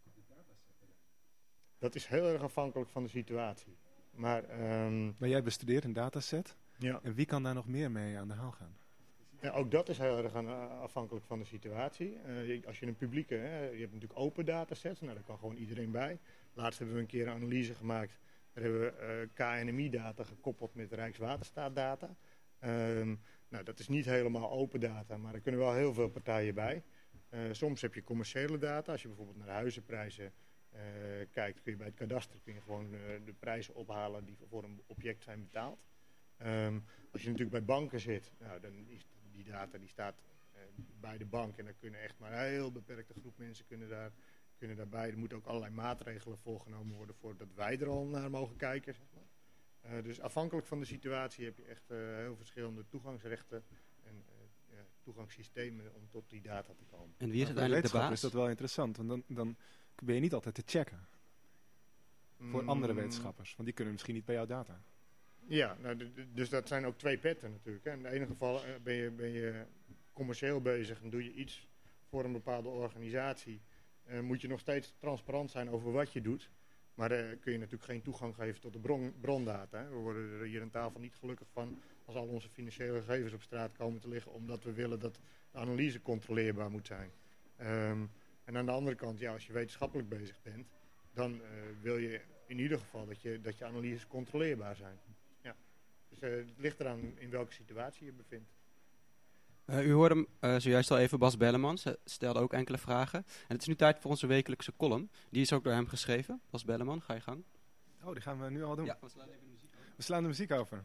dat is heel erg afhankelijk van de situatie. Maar, um, maar jij bestudeert een dataset. Ja. En wie kan daar nog meer mee aan de haal gaan? Ja, ook dat is heel erg aan, uh, afhankelijk van de situatie. Uh, je, als je een publieke, hè, je hebt natuurlijk open datasets, nou daar kan gewoon iedereen bij. Laatst hebben we een keer een analyse gemaakt, daar hebben we uh, K N M I-data gekoppeld met Rijkswaterstaat-data. Um, nou, dat is niet helemaal open data, maar er kunnen wel heel veel partijen bij. Uh, soms heb je commerciële data, als je bijvoorbeeld naar de huizenprijzen uh, kijkt, kun je bij het kadaster kun je gewoon uh, de prijzen ophalen die voor een object zijn betaald. Um, als je natuurlijk bij banken zit, nou, dan is die data die staat uh, bij de bank en dan kunnen echt maar een heel beperkte groep mensen kunnen daar, kunnen daarbij. Er moeten ook allerlei maatregelen voorgenomen worden voordat wij er al naar mogen kijken. Zeg maar. Uh, dus afhankelijk van de situatie heb je echt uh, heel verschillende toegangsrechten en uh, ja, toegangssystemen om tot die data te komen. En wie is Voor uiteindelijk de wetenschappers baas? is dat wel interessant, want dan, dan ben je niet altijd te checken voor Mm, andere wetenschappers, want die kunnen misschien niet bij jouw data. Ja, nou, d- d- dus dat zijn ook twee petten natuurlijk. Hè. In de ene geval uh, ben, je, ben je commercieel bezig en doe je iets voor een bepaalde organisatie. Uh, moet je nog steeds transparant zijn over wat je doet. Maar uh, kun je natuurlijk geen toegang geven tot de bron, brondata. Hè. We worden er hier aan tafel niet gelukkig van als al onze financiële gegevens op straat komen te liggen. Omdat we willen dat de analyse controleerbaar moet zijn. Um, en aan de andere kant, ja, als je wetenschappelijk bezig bent, dan uh, wil je in ieder geval dat je, dat je analyses controleerbaar zijn. Ja. Dus uh, het ligt eraan in welke situatie je bevindt. Uh, u hoorde uh, zojuist al even Bas Bellemans, uh, stelde ook enkele vragen. En het is nu tijd voor onze wekelijkse column. Die is ook door hem geschreven. Bas Belleman, ga je gang. Oh, die gaan we nu al doen. Ja, we slaan even de muziek over. We slaan de muziek over.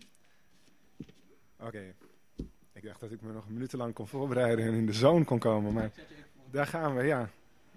Oké. Okay. Ik dacht dat ik me nog een minuut lang kon voorbereiden en in de zone kon komen, maar daar gaan we, ja.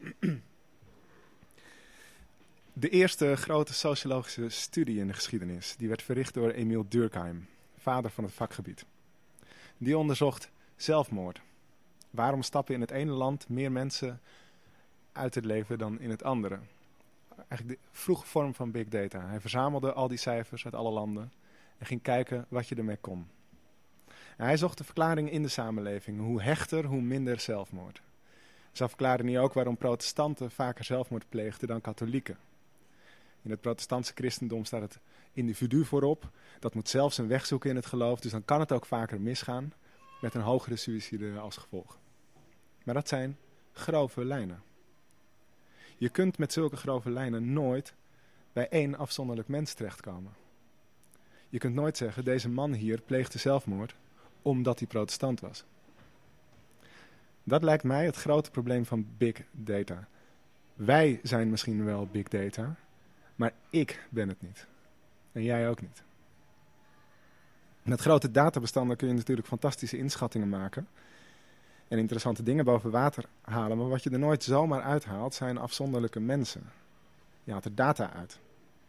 De eerste grote sociologische studie in de geschiedenis, die werd verricht door Emile Durkheim, vader van het vakgebied. Die onderzocht zelfmoord. Waarom stappen in het ene land meer mensen uit het leven dan in het andere? Eigenlijk de vroege vorm van big data. Hij verzamelde al die cijfers uit alle landen en ging kijken wat je ermee kon. En hij zocht de verklaring in de samenleving. Hoe hechter, hoe minder zelfmoord. Zo verklaarde hij ook waarom protestanten vaker zelfmoord pleegden dan katholieken. In het protestantse christendom staat het individu voorop. Dat moet zelf zijn weg zoeken in het geloof. Dus dan kan het ook vaker misgaan. Met een hogere suïcide als gevolg. Maar dat zijn grove lijnen. Je kunt met zulke grove lijnen nooit bij één afzonderlijk mens terechtkomen. Je kunt nooit zeggen, deze man hier pleegde zelfmoord omdat hij protestant was. Dat lijkt mij het grote probleem van big data. Wij zijn misschien wel big data, maar ik ben het niet. En jij ook niet. Met grote databestanden kun je natuurlijk fantastische inschattingen maken en interessante dingen boven water halen, maar wat je er nooit zomaar uithaalt zijn afzonderlijke mensen. Je haalt er data uit.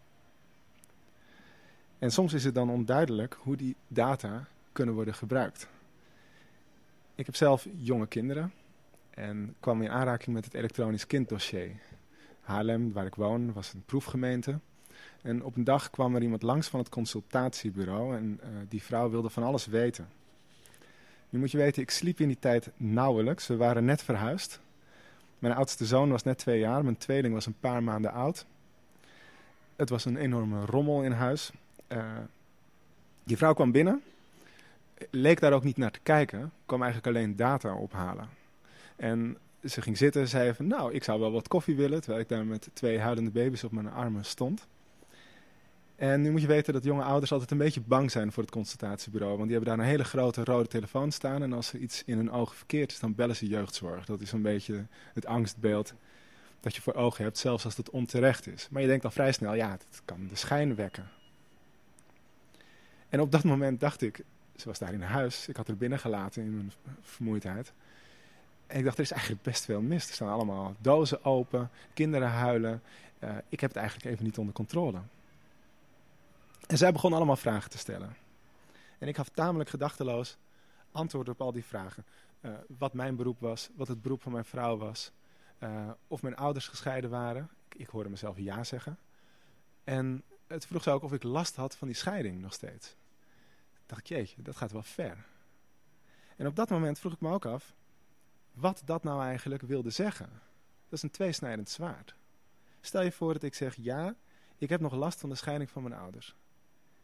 En soms is het dan onduidelijk hoe die data kunnen worden gebruikt. Ik heb zelf jonge kinderen en kwam in aanraking met het elektronisch kinddossier. Haarlem, waar ik woon, was een proefgemeente. En op een dag kwam er iemand langs van het consultatiebureau en uh, die vrouw wilde van alles weten. Nu moet je weten, ik sliep in die tijd nauwelijks. We waren net verhuisd. Mijn oudste zoon was net twee jaar, mijn tweeling was een paar maanden oud. Het was een enorme rommel in huis. Uh, die vrouw kwam binnen, leek daar ook niet naar te kijken, kwam eigenlijk alleen data ophalen. En ze ging zitten, zei van, nou, ik zou wel wat koffie willen, terwijl ik daar met twee huilende baby's op mijn armen stond. En nu moet je weten dat jonge ouders altijd een beetje bang zijn voor het consultatiebureau, want die hebben daar een hele grote rode telefoon staan en als er iets in hun ogen verkeerd is, dan bellen ze jeugdzorg. Dat is een beetje het angstbeeld dat je voor ogen hebt, zelfs als het onterecht is. Maar je denkt al vrij snel, ja, het kan de schijn wekken. En op dat moment dacht ik, ze was daar in huis, ik had haar binnengelaten in mijn vermoeidheid. En ik dacht, er is eigenlijk best veel mis. Er staan allemaal dozen open, kinderen huilen. Uh, ik heb het eigenlijk even niet onder controle. En zij begon allemaal vragen te stellen. En ik gaf tamelijk gedachteloos antwoord op al die vragen. Uh, wat mijn beroep was, wat het beroep van mijn vrouw was. Uh, of mijn ouders gescheiden waren. Ik, ik hoorde mezelf ja zeggen. En het vroeg ze ook of ik last had van die scheiding nog steeds. Dacht ik, jeetje, dat gaat wel ver. En op dat moment vroeg ik me ook af wat dat nou eigenlijk wilde zeggen. Dat is een tweesnijdend zwaard. Stel je voor dat ik zeg, ja, ik heb nog last van de scheiding van mijn ouders.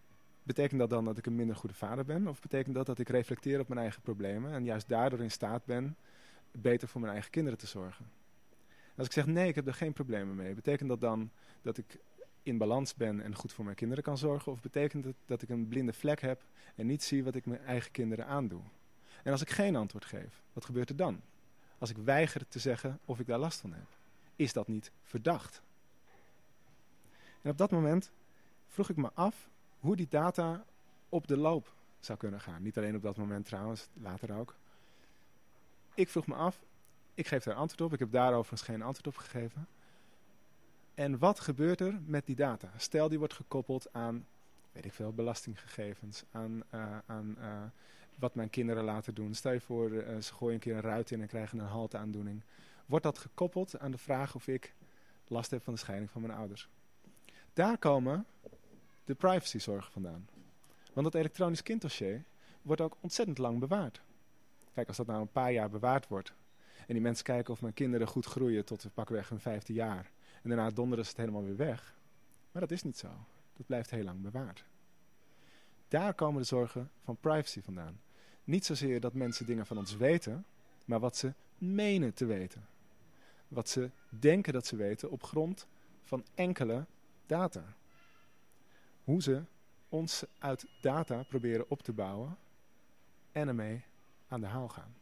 Betekent dat dan dat ik een minder goede vader ben? Of betekent dat dat ik reflecteer op mijn eigen problemen en juist daardoor in staat ben beter voor mijn eigen kinderen te zorgen? Als ik zeg nee, ik heb er geen problemen mee, betekent dat dan dat ik in balans ben en goed voor mijn kinderen kan zorgen? Of betekent het dat ik een blinde vlek heb en niet zie wat ik mijn eigen kinderen aandoe? En als ik geen antwoord geef, wat gebeurt er dan? Als ik weiger te zeggen of ik daar last van heb, is dat niet verdacht? En op dat moment vroeg ik me af hoe die data op de loop zou kunnen gaan. Niet alleen op dat moment trouwens, later ook. Ik vroeg me af, ik geef daar antwoord op. Ik heb daar overigens geen antwoord op gegeven. En wat gebeurt er met die data? Stel die wordt gekoppeld aan, weet ik veel, belastinggegevens. Aan, uh, aan uh, wat mijn kinderen laten doen. Stel je voor, uh, ze gooien een keer een ruit in en krijgen een halteaandoening. Wordt dat gekoppeld aan de vraag of ik last heb van de scheiding van mijn ouders? Daar komen de privacyzorgen vandaan. Want dat elektronisch kinddossier wordt ook ontzettend lang bewaard. Kijk, als dat nou een paar jaar bewaard wordt en die mensen kijken of mijn kinderen goed groeien tot pakweg hun vijfde jaar en daarna donderen ze het helemaal weer weg. Maar dat is niet zo. Dat blijft heel lang bewaard. Daar komen de zorgen van privacy vandaan. Niet zozeer dat mensen dingen van ons weten, maar wat ze menen te weten. Wat ze denken dat ze weten op grond van enkele data. Hoe ze ons uit data proberen op te bouwen en ermee aan de haal gaan.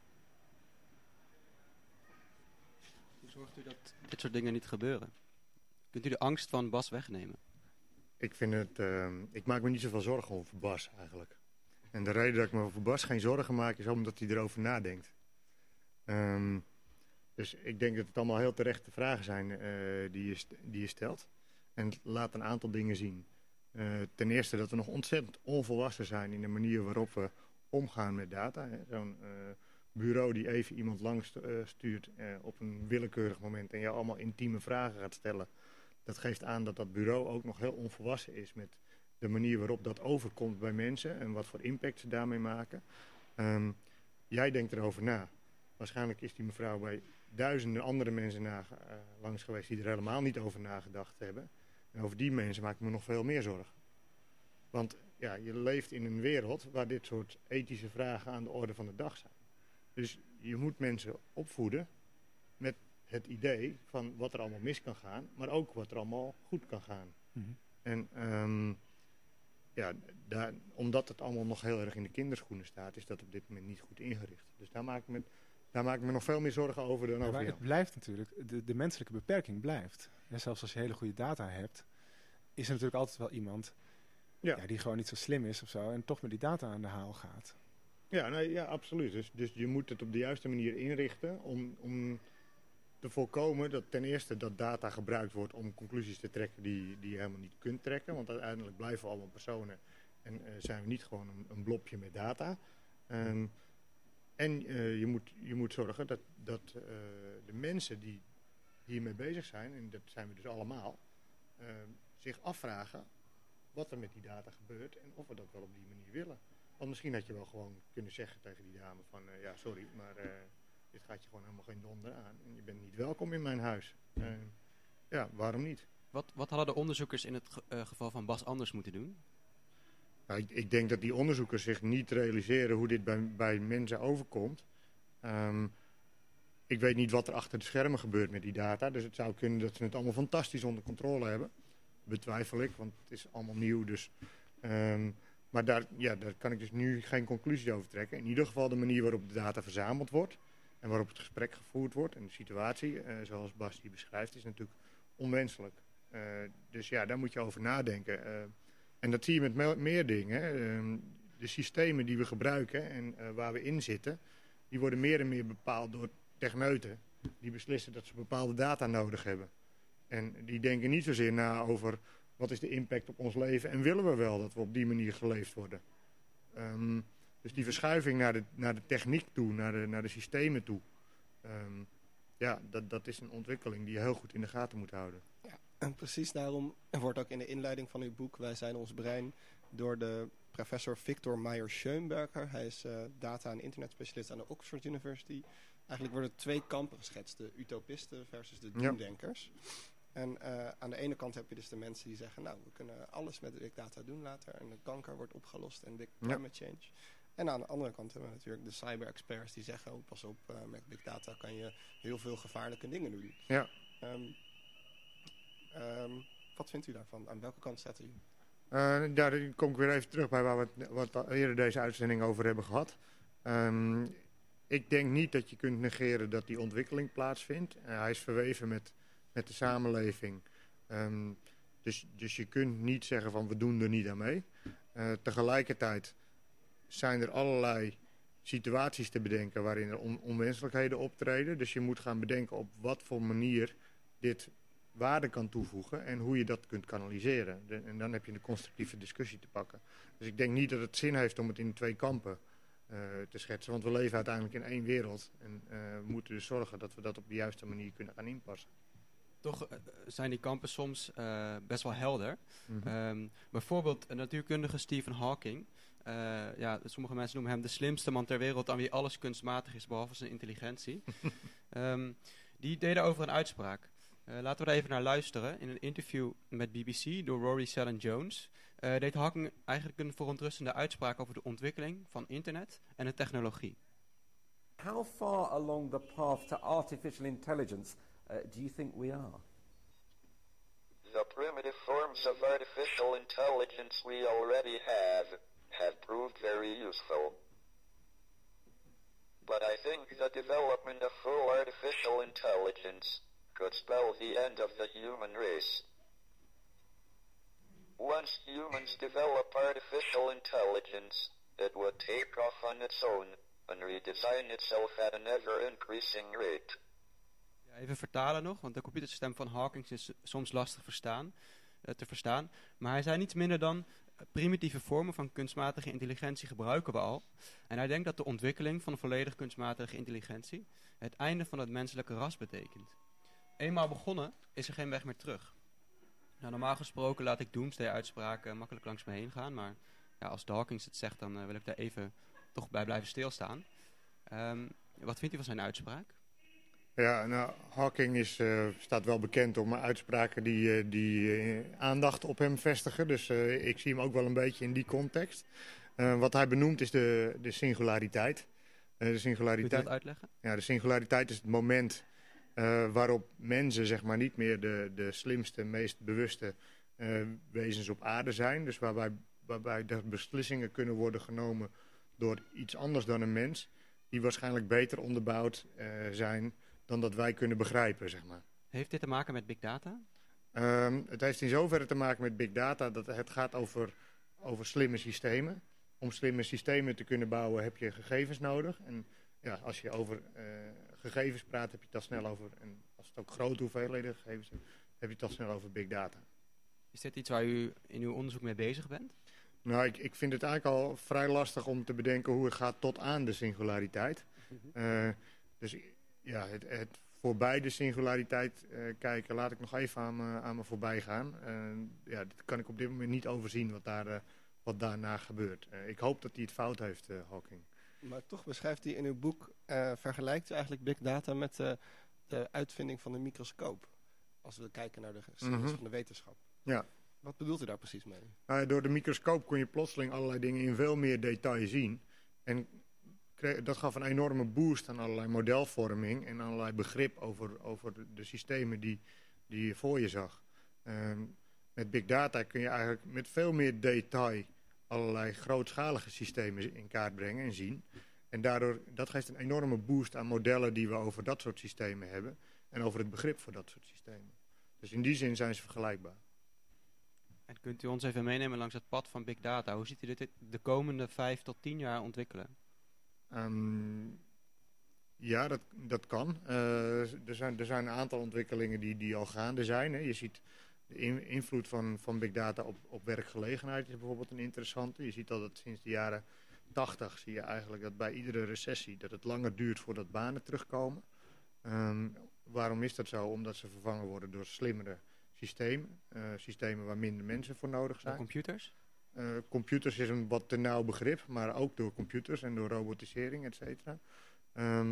Hoe zorgt u dat dit soort dingen niet gebeuren? Kunt u de angst van Bas wegnemen? Ik vind het, uh, ik maak me niet zoveel zorgen over Bas eigenlijk. En de reden dat ik me over Bas geen zorgen maak is omdat hij erover nadenkt. Um, dus ik denk dat het allemaal heel terechte vragen zijn uh, die, je st- die je stelt. En het laat een aantal dingen zien. Uh, ten eerste dat we nog ontzettend onvolwassen zijn in de manier waarop we omgaan met data. Hè. Zo'n uh, bureau die even iemand langs uh, stuurt uh, op een willekeurig moment en jou allemaal intieme vragen gaat stellen. Dat geeft aan dat dat bureau ook nog heel onvolwassen is met de manier waarop dat overkomt bij mensen en wat voor impact ze daarmee maken. Um, jij denkt erover na. Waarschijnlijk is die mevrouw bij duizenden andere mensen na, uh, langs geweest die er helemaal niet over nagedacht hebben. En over die mensen maak ik me nog veel meer zorgen. Want ja, je leeft in een wereld waar dit soort ethische vragen aan de orde van de dag zijn. Dus je moet mensen opvoeden met het idee van wat er allemaal mis kan gaan, maar ook wat er allemaal goed kan gaan. Mm-hmm. En um, ja, daar, omdat het allemaal nog heel erg in de kinderschoenen staat, is dat op dit moment niet goed ingericht. Dus daar maak ik me, daar maak ik me nog veel meer zorgen over dan ja, over maar jou. Het blijft natuurlijk, de, de menselijke beperking blijft. En zelfs als je hele goede data hebt, is er natuurlijk altijd wel iemand ja. Ja, die gewoon niet zo slim is of zo en toch met die data aan de haal gaat. Ja, nee, ja absoluut. Dus, dus je moet het op de juiste manier inrichten om, om te voorkomen dat ten eerste dat data gebruikt wordt om conclusies te trekken die, die je helemaal niet kunt trekken. Want uiteindelijk blijven we allemaal personen en uh, zijn we niet gewoon een, een blobje met data. Um, en uh, je, moet, je moet zorgen dat, dat uh, de mensen die hiermee bezig zijn, en dat zijn we dus allemaal, uh, zich afvragen wat er met die data gebeurt en of we dat wel op die manier willen. Want misschien had je wel gewoon kunnen zeggen tegen die dame van uh, ja sorry, maar uh, dit gaat je gewoon helemaal geen donder aan. En je bent niet welkom in mijn huis. Uh, ja, waarom niet? Wat, wat hadden de onderzoekers in het ge- uh, geval van Bas anders moeten doen? Nou, ik, ik denk dat die onderzoekers zich niet realiseren hoe dit bij, bij mensen overkomt. Um, ik weet niet wat er achter de schermen gebeurt met die data. Dus het zou kunnen dat ze het allemaal fantastisch onder controle hebben. Betwijfel ik, want het is allemaal nieuw. Dus, um, maar daar, ja, daar kan ik dus nu geen conclusies over trekken. In ieder geval de manier waarop de data verzameld wordt. En waarop het gesprek gevoerd wordt. En de situatie, uh, zoals Bas die beschrijft, is natuurlijk onwenselijk. Uh, dus ja, daar moet je over nadenken. Uh, en dat zie je met me- meer dingen. Uh, de systemen die we gebruiken en uh, waar we in zitten, die worden meer en meer bepaald door techneuten. Die beslissen dat ze bepaalde data nodig hebben. En die denken niet zozeer na over wat is de impact op ons leven en willen we wel dat we op die manier geleefd worden. Um, dus die verschuiving naar de, naar de techniek toe, naar de, naar de systemen toe. Um, ja, dat, dat is een ontwikkeling die je heel goed in de gaten moet houden. Ja, en precies daarom wordt ook in de inleiding van uw boek Wij zijn ons brein door de professor Victor Meyer-Schönberger. Hij is uh, data- en internetspecialist aan de Oxford University. Eigenlijk worden twee kampen geschetst, de utopisten versus de doemdenkers. En uh, aan de ene kant heb je dus de mensen die zeggen, nou, we kunnen alles met big data doen later. En de kanker wordt opgelost en big climate change. En aan de andere kant hebben we natuurlijk de cyber-experts die zeggen, oh, pas op, uh, met big data kan je heel veel gevaarlijke dingen doen. Ja. Um, um, wat vindt u daarvan? Aan welke kant staat u? Uh, daar kom ik weer even terug bij waar we het wat eerder deze uitzending over hebben gehad. Um, ik denk niet dat je kunt negeren dat die ontwikkeling plaatsvindt. Uh, hij is verweven met, met de samenleving. Um, dus, dus je kunt niet zeggen van we doen er niet aan mee. Uh, tegelijkertijd zijn er allerlei situaties te bedenken waarin er on- onwenselijkheden optreden. Dus je moet gaan bedenken op wat voor manier dit waarde kan toevoegen en hoe je dat kunt kanaliseren. De, en dan heb je een constructieve discussie te pakken. Dus ik denk niet dat het zin heeft om het in twee kampen uh, te schetsen. Want we leven uiteindelijk in één wereld. En uh, we moeten dus zorgen dat we dat op de juiste manier kunnen gaan inpassen. Toch uh, zijn die kampen soms uh, best wel helder. Mm-hmm. Um, bijvoorbeeld een natuurkundige Stephen Hawking. Uh, ja, sommige mensen noemen hem de slimste man ter wereld aan wie alles kunstmatig is behalve zijn intelligentie. um, die deed daarover een uitspraak. Uh, laten we daar even naar luisteren. In een interview met B B C door Rory Cellan-Jones uh, deed Hawking eigenlijk een verontrustende uitspraak over de ontwikkeling van internet en de technologie. How far along the path to artificial intelligence uh, do you think we are? The primitive forms of artificial intelligence we already have have proved very useful. But I think the development of full artificial intelligence could spell the end of the human race. Once humans develop artificial intelligence, it would take off on its own and redesign itself at an ever-increasing rate. Ja, even vertalen nog, want de computerstem van Hawking is soms lastig verstaan, uh, te verstaan. Maar hij zei niets minder dan, uh, primitieve vormen van kunstmatige intelligentie gebruiken we al. En hij denkt dat de ontwikkeling van een volledig kunstmatige intelligentie het einde van het menselijke ras betekent. Eenmaal begonnen is er geen weg meer terug. Nou, normaal gesproken laat ik doomsday-uitspraken makkelijk langs me heen gaan. Maar ja, als Hawking het zegt, dan uh, wil ik daar even toch bij blijven stilstaan. Um, wat vindt u van zijn uitspraak? Ja, nou, Hawking is, uh, staat wel bekend om uitspraken die, uh, die uh, aandacht op hem vestigen. Dus uh, ik zie hem ook wel een beetje in die context. Uh, wat hij benoemt is de, de singulariteit. Uh, de singulariteit. Kunt u dat uitleggen? Ja, de singulariteit is het moment Uh, waarop mensen zeg maar niet meer de, de slimste, meest bewuste uh, wezens op aarde zijn. Dus waarbij, waarbij de beslissingen kunnen worden genomen door iets anders dan een mens. Die waarschijnlijk beter onderbouwd uh, zijn dan dat wij kunnen begrijpen, zeg maar. Heeft dit te maken met big data? Um, het heeft in zoverre te maken met big data dat het gaat over, over slimme systemen. Om slimme systemen te kunnen bouwen heb je gegevens nodig. En ja, als je over uh, gegevens praat, heb je het al snel over, en als het ook grote hoeveelheden gegevens hebt, heb je het al snel over big data. Is dit iets waar u in uw onderzoek mee bezig bent? Nou, ik, ik vind het eigenlijk al vrij lastig om te bedenken hoe het gaat tot aan de singulariteit. Uh, dus ja, het, het voorbij de singulariteit uh, kijken, laat ik nog even aan me, aan me voorbij gaan. Uh, ja, dat kan ik op dit moment niet overzien wat, daar, uh, wat daarna gebeurt. Uh, ik hoop dat hij het fout heeft, uh, Hawking. Maar toch beschrijft hij in uw boek, uh, vergelijkt u eigenlijk big data met uh, de uitvinding van de microscoop. Als we kijken naar de geschiedenis mm-hmm. van de wetenschap. Ja. Wat bedoelt u daar precies mee? Uh, door de microscoop kon je plotseling allerlei dingen in veel meer detail zien. En kreeg, dat gaf een enorme boost aan allerlei modelvorming en allerlei begrip over, over de, de systemen die, die je voor je zag. Uh, met big data kun je eigenlijk met veel meer detail allerlei grootschalige systemen in kaart brengen en zien. En daardoor, dat geeft een enorme boost aan modellen die we over dat soort systemen hebben. En over het begrip voor dat soort systemen. Dus in die zin zijn ze vergelijkbaar. En kunt u ons even meenemen langs het pad van big data? Hoe ziet u dit de komende vijf tot tien jaar ontwikkelen? Um, ja, dat, dat kan. Uh, er, zijn, er zijn een aantal ontwikkelingen die, die al gaande zijn. Hè. Je ziet de in, invloed van, van big data op, op werkgelegenheid is bijvoorbeeld een interessante. Je ziet al dat sinds de jaren tachtig zie je eigenlijk dat bij iedere recessie dat het langer duurt voordat banen terugkomen. Um, waarom is dat zo? Omdat ze vervangen worden door slimmere systemen. Uh, systemen waar minder mensen voor nodig zijn. Door computers? Uh, computers is een wat te nauw begrip, maar ook door computers en door robotisering, et cetera. Um,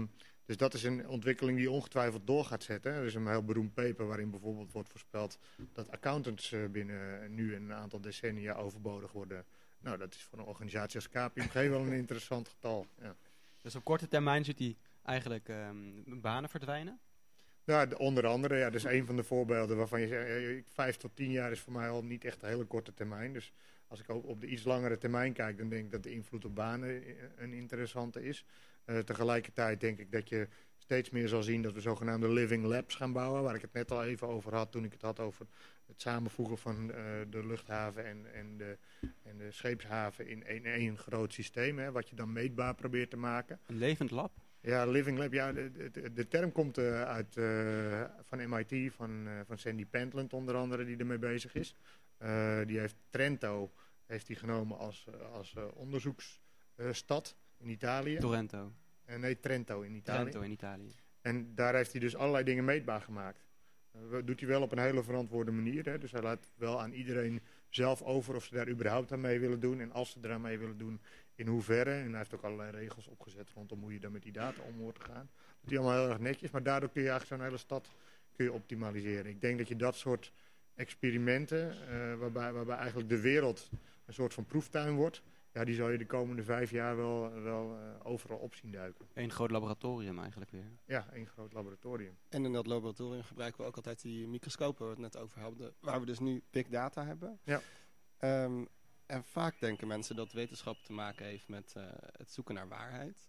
Dus dat is een ontwikkeling die ongetwijfeld door gaat zetten. Er is een heel beroemd paper waarin bijvoorbeeld wordt voorspeld dat accountants uh, binnen nu een aantal decennia overbodig worden. Nou, dat is voor een organisatie als K P M G wel een interessant getal. Ja. Dus op korte termijn ziet hij eigenlijk um, banen verdwijnen? Nou, de, onder andere, ja, dat is een van de voorbeelden waarvan je zegt, vijf tot tien jaar is voor mij al niet echt een hele korte termijn. Dus als ik op, op de iets langere termijn kijk, dan denk ik dat de invloed op banen een interessante is. Uh, tegelijkertijd denk ik dat je steeds meer zal zien dat we zogenaamde living labs gaan bouwen, waar ik het net al even over had toen ik het had over het samenvoegen van uh, de luchthaven en, en, de, en de scheepshaven in één, één groot systeem, hè, wat je dan meetbaar probeert te maken. Een levend lab? Ja, living lab, ja, de, de, de term komt uh, uit uh, van M I T, van, uh, van Sandy Pentland onder andere, die ermee bezig is. Uh, die heeft Trento heeft die genomen als, uh, als uh, onderzoeksstad uh, in Italië. Torrento. Uh, nee, Trento in Italië. Trento in Italië. En daar heeft hij dus allerlei dingen meetbaar gemaakt. Uh, dat doet hij wel op een hele verantwoorde manier. Hè? Dus hij laat wel aan iedereen zelf over of ze daar überhaupt aan mee willen doen. En als ze eraan mee willen doen, in hoeverre. En hij heeft ook allerlei regels opgezet rondom hoe je dan met die data om hoort te gaan. Dat doet hij allemaal heel erg netjes. Maar daardoor kun je eigenlijk zo'n hele stad kun je optimaliseren. Ik denk dat je dat soort experimenten, uh, waarbij, waarbij eigenlijk de wereld een soort van proeftuin wordt. Ja, die zal je de komende vijf jaar wel, wel uh, overal op zien duiken. Eén groot laboratorium eigenlijk weer. Ja, één groot laboratorium. En in dat laboratorium gebruiken we ook altijd die microscopen waar we het net over hadden, waar we dus nu big data hebben. Ja. Um, en vaak denken mensen dat wetenschap te maken heeft met uh, het zoeken naar waarheid.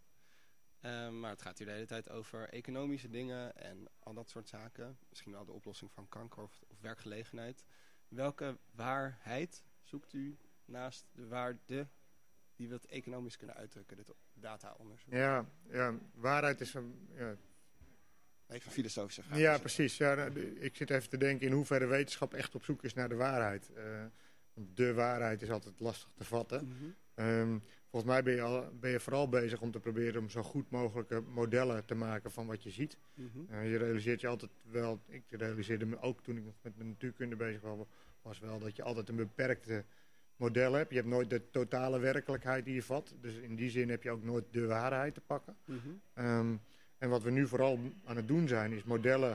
Um, maar het gaat hier de hele tijd over economische dingen en al dat soort zaken. Misschien wel de oplossing van kanker of, of werkgelegenheid. Welke waarheid zoekt u naast de waarde die we het economisch kunnen uitdrukken, dit data-onderzoek? Ja, ja, waarheid is een... Ja. Even filosofisch gaan. Ja, precies. Ja, ik zit even te denken in hoeverre wetenschap echt op zoek is naar de waarheid. Uh, de waarheid is altijd lastig te vatten. Mm-hmm. Um, volgens mij ben je, al, ben je vooral bezig om te proberen om zo goed mogelijke modellen te maken van wat je ziet. Mm-hmm. Uh, je realiseert je altijd wel, ik realiseerde me ook toen ik nog met mijn natuurkunde bezig was, was wel dat je altijd een beperkte model hebt. Je hebt nooit de totale werkelijkheid die je vat. Dus in die zin heb je ook nooit de waarheid te pakken. Mm-hmm. Um, en wat we nu vooral aan het doen zijn, is modellen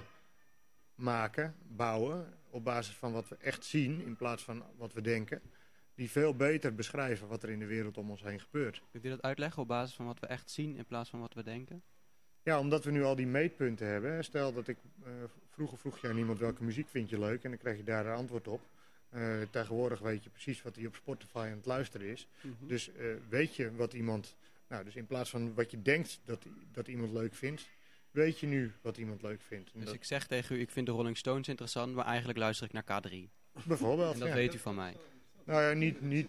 maken, bouwen, op basis van wat we echt zien, in plaats van wat we denken, die veel beter beschrijven wat er in de wereld om ons heen gebeurt. Kunt u dat uitleggen op basis van wat we echt zien, in plaats van wat we denken? Ja, omdat we nu al die meetpunten hebben. Stel dat ik, uh, vroeger vroeg je aan iemand welke muziek vind je leuk en dan krijg je daar een antwoord op. Uh, tegenwoordig weet je precies wat hij op Spotify aan het luisteren is. Mm-hmm. Dus uh, weet je wat iemand... Nou, dus in plaats van wat je denkt dat, dat iemand leuk vindt, weet je nu wat iemand leuk vindt. En dus dat... ik zeg tegen u, ik vind de Rolling Stones interessant, maar eigenlijk luister ik naar K drie. Bijvoorbeeld, En dat ja. weet u van mij. Nou ja, niet... niet...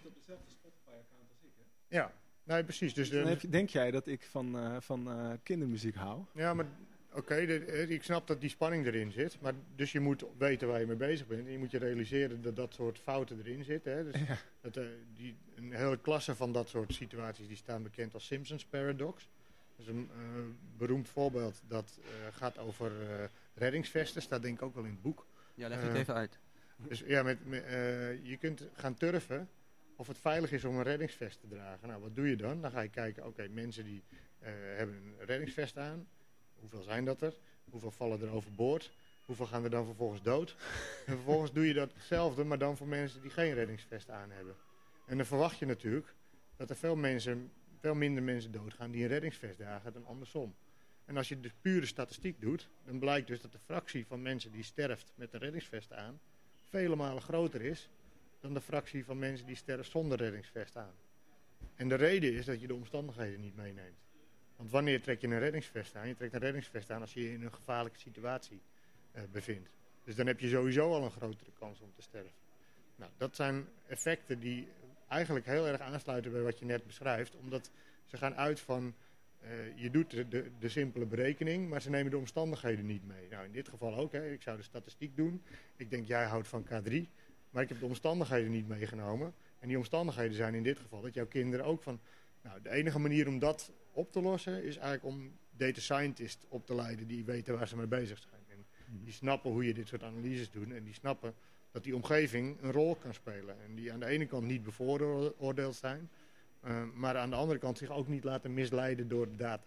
Ja, nee, precies. Dus de... Heb je, denk jij dat ik van, uh, van uh, kindermuziek hou? Ja, maar oké, okay, ik snap dat die spanning erin zit. Maar dus je moet weten waar je mee bezig bent. En je moet je realiseren dat dat soort fouten erin zitten. Hè. Dus ja. dat, uh, die, een hele klasse van dat soort situaties die staan bekend als Simpsons Paradox. Dat is een uh, beroemd voorbeeld dat uh, gaat over uh, reddingsvesten. Staat denk ik ook wel in het boek. Ja, leg het uh, even uit. Dus ja, met, met, uh, je kunt gaan turfen of het veilig is om een reddingsvest te dragen. Nou, wat doe je dan? Dan ga je kijken, oké, okay, mensen die uh, hebben een reddingsvest aan. Hoeveel zijn dat er? Hoeveel vallen er overboord? Hoeveel gaan er dan vervolgens dood? En vervolgens doe je datzelfde, maar dan voor mensen die geen reddingsvest aan hebben. En dan verwacht je natuurlijk dat er veel, mensen, veel minder mensen doodgaan die een reddingsvest dragen dan andersom. En als je de pure statistiek doet, dan blijkt dus dat de fractie van mensen die sterft met een reddingsvest aan vele malen groter is dan de fractie van mensen die sterven zonder reddingsvest aan. En de reden is dat je de omstandigheden niet meeneemt. Want wanneer trek je een reddingsvest aan? Je trekt een reddingsvest aan als je je in een gevaarlijke situatie uh, bevindt. Dus dan heb je sowieso al een grotere kans om te sterven. Nou, dat zijn effecten die eigenlijk heel erg aansluiten bij wat je net beschrijft. Omdat ze gaan uit van, uh, je doet de, de, de simpele berekening, maar ze nemen de omstandigheden niet mee. Nou, in dit geval ook. Hè. Ik zou de statistiek doen. Ik denk, jij houdt van K drie. Maar ik heb de omstandigheden niet meegenomen. En die omstandigheden zijn in dit geval dat jouw kinderen ook van... Nou, de enige manier om dat op te lossen is eigenlijk om data scientists op te leiden die weten waar ze mee bezig zijn. En die snappen hoe je dit soort analyses doet en die snappen dat die omgeving een rol kan spelen. En die aan de ene kant niet bevooroordeeld zijn, uh, maar aan de andere kant zich ook niet laten misleiden door de data.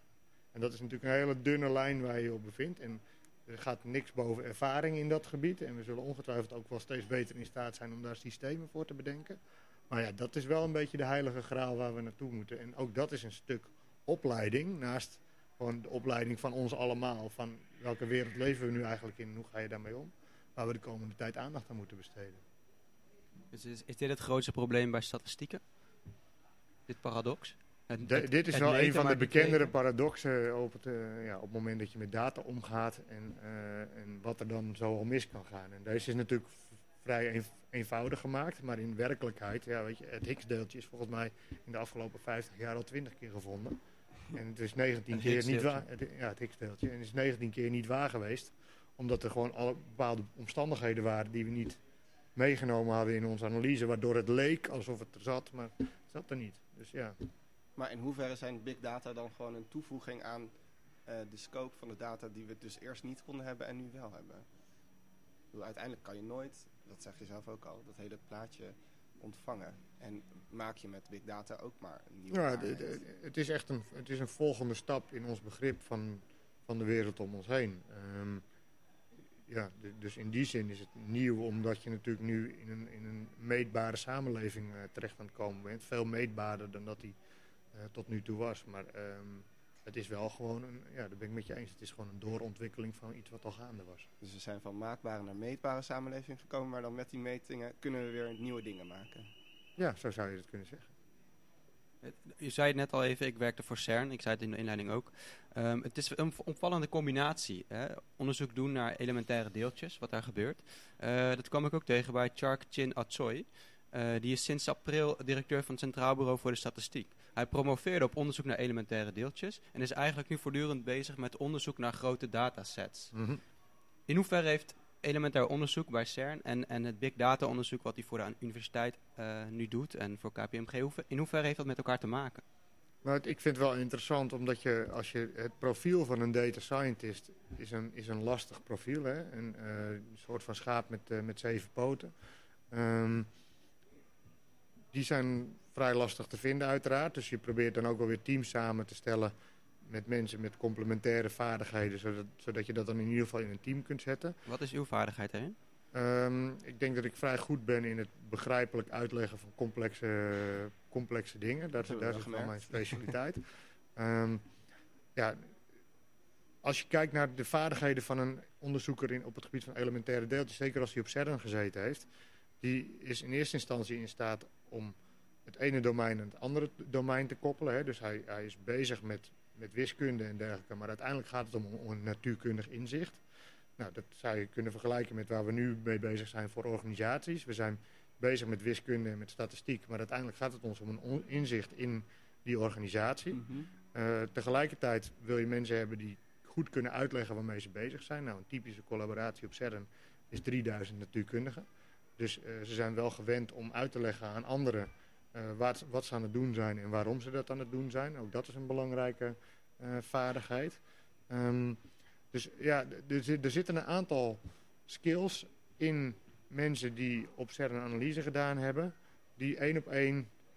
En dat is natuurlijk een hele dunne lijn waar je je op bevindt. En er gaat niks boven ervaring in dat gebied. En we zullen ongetwijfeld ook wel steeds beter in staat zijn om daar systemen voor te bedenken. Maar ja, dat is wel een beetje de heilige graal waar we naartoe moeten. En ook dat is een stuk opleiding, naast gewoon de opleiding van ons allemaal. Van welke wereld leven we nu eigenlijk in en hoe ga je daarmee om? Waar we de komende tijd aandacht aan moeten besteden. Dus is, is dit het grootste probleem bij statistieken? Dit paradox? Het, De, het, dit is het wel meten, een van de maar niet bekendere weten? paradoxen op het, uh, ja, op het moment dat je met data omgaat en, uh, en wat er dan zo al mis kan gaan. En deze is natuurlijk vrij een, eenvoudig gemaakt, maar in werkelijkheid, ja, weet je, het Higgs-deeltje is volgens mij in de afgelopen vijftig jaar al twintig keer gevonden. En het is negentien Het keer niet waar. Higgs-deeltje. Het, ja, het Higgs-deeltje. En het is negentien keer niet waar geweest, omdat er gewoon alle bepaalde omstandigheden waren die we niet meegenomen hadden in onze analyse, waardoor het leek alsof het er zat, maar het zat er niet. Dus ja. Maar in hoeverre zijn big data dan gewoon een toevoeging aan uh, de scope van de data die we dus eerst niet konden hebben en nu wel hebben? Ik bedoel, uiteindelijk kan je nooit, dat zeg je zelf ook al, dat hele plaatje ontvangen. En maak je met big data ook maar een nieuwe Ja, waarheid. het, het- het is echt een, het is een volgende stap in ons begrip van, van de wereld om ons heen. Ehm, ja, d- dus in die zin is het nieuw, omdat je natuurlijk nu in een, in een meetbare samenleving uh, terecht aan het komen bent. Veel meetbaarder dan dat die uh, tot nu toe was. Maar ehm, het is wel gewoon, een, ja, daar ben ik met je eens, het is gewoon een doorontwikkeling van iets wat al gaande was. Dus we zijn van maakbare naar meetbare samenleving gekomen, maar dan met die metingen kunnen we weer nieuwe dingen maken. Ja, zo zou je het kunnen zeggen. Het- Je zei het net al even, ik werkte voor CERN, ik zei het in de inleiding ook. Ehm, het is een v- opvallende combinatie. Hè? Onderzoek doen naar elementaire deeltjes, wat daar gebeurt. Eh, dat kwam ik ook tegen bij Chark-Chin Atsoy. Eh, die is sinds april directeur van het Centraal Bureau voor de Statistiek. Hij promoveerde op onderzoek naar elementaire deeltjes en is eigenlijk nu voortdurend bezig met onderzoek naar grote datasets. Mhm. In hoeverre heeft elementair onderzoek bij CERN en, en het big data onderzoek wat hij voor de universiteit eh, nu doet en voor K P M G, hoeve- in hoeverre heeft dat met elkaar te maken? Nou, het- ik vind het wel interessant, omdat je, als je het profiel van een data scientist is een, is een lastig profiel, hè? Een, eh, een soort van schaap met, eh, met zeven poten. Ehm, die zijn vrij lastig te vinden uiteraard, dus je probeert dan ook wel weer teams samen te stellen met mensen met complementaire vaardigheden, zodat, zodat je dat dan in ieder geval in een team kunt zetten. Wat is uw vaardigheid daarin? Ehm, ik denk dat ik vrij goed ben in het begrijpelijk uitleggen van complexe, complexe dingen. Dat, hebben we daar wel is wel mijn gemerkt. specialiteit. Ehm, ja, als je kijkt naar de vaardigheden van een onderzoeker in, op het gebied van elementaire deeltjes, zeker als hij op CERN gezeten heeft, die is in eerste instantie in staat om het ene domein en het andere domein te koppelen. Hè. Dus hij, hij is bezig met, met wiskunde en dergelijke, maar uiteindelijk gaat het om, om een natuurkundig inzicht. Nou, dat zou je kunnen vergelijken met waar we nu mee bezig zijn voor organisaties. We zijn bezig met wiskunde en met statistiek, maar uiteindelijk gaat het ons om een on- inzicht in die organisatie. Mhm. Uh, tegelijkertijd wil je mensen hebben die goed kunnen uitleggen waarmee ze bezig zijn. Nou, een typische collaboratie op CERN is drieduizend natuurkundigen. Dus uh, ze zijn wel gewend om uit te leggen aan anderen uh, wat, wat ze aan het doen zijn en waarom ze dat aan het doen zijn. Ook dat is een belangrijke uh, vaardigheid. Um, dus ja, d- er, zit- er zitten een aantal skills in mensen die op CERN een analyse gedaan hebben, die één op één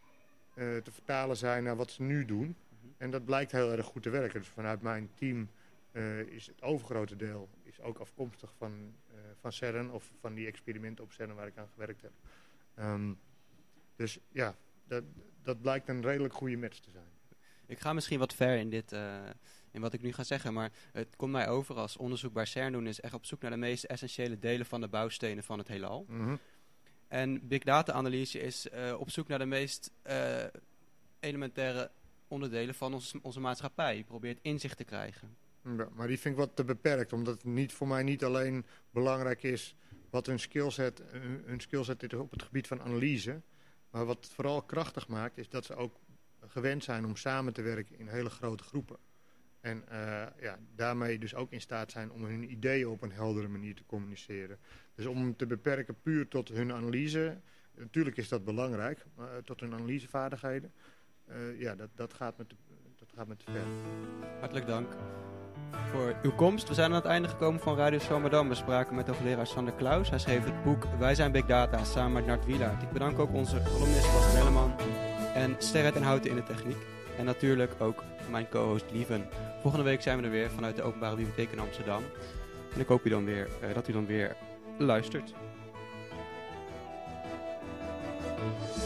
uh, te vertalen zijn naar wat ze nu doen. En dat blijkt heel erg goed te werken. Dus vanuit mijn team uh, is het overgrote deel is ook afkomstig van, uh, van CERN of van die experimenten op CERN waar ik aan gewerkt heb. Um, dus ja, dat, dat blijkt een redelijk goede match te zijn. Ik ga misschien wat ver in dit, uh, in wat ik nu ga zeggen, maar het komt mij over als onderzoek bij CERN doen is echt op zoek naar de meest essentiële delen van de bouwstenen van het heelal. Mm-hmm. En big data analyse is uh, op zoek naar de meest uh, elementaire onderdelen van ons, onze maatschappij. Je probeert inzicht te krijgen. Ja, maar die vind ik wat te beperkt, omdat het niet, voor mij niet alleen belangrijk is wat hun skillset, hun skillset is op het gebied van analyse. Maar wat het vooral krachtig maakt, is dat ze ook gewend zijn om samen te werken in hele grote groepen. En uh, ja, daarmee dus ook in staat zijn om hun ideeën op een heldere manier te communiceren. Dus om hem te beperken puur tot hun analyse, natuurlijk is dat belangrijk, maar uh, tot hun analysevaardigheden, uh, ja, dat, dat, gaat met, dat gaat met te ver. Hartelijk dank voor uw komst. We zijn aan het einde gekomen van Radio Swammerdam. We spraken met hoogleraar Sander Klaus. Hij schreef het boek Wij zijn Big Data samen met Nart Wielaert. Ik bedank ook onze columnist Bas Belleman en Sterret en Houten in de techniek. En natuurlijk ook mijn co-host Lieven. Volgende week zijn we er weer vanuit de Openbare Bibliotheek in Amsterdam. En ik hoop u dan weer, uh, dat u dan weer luistert.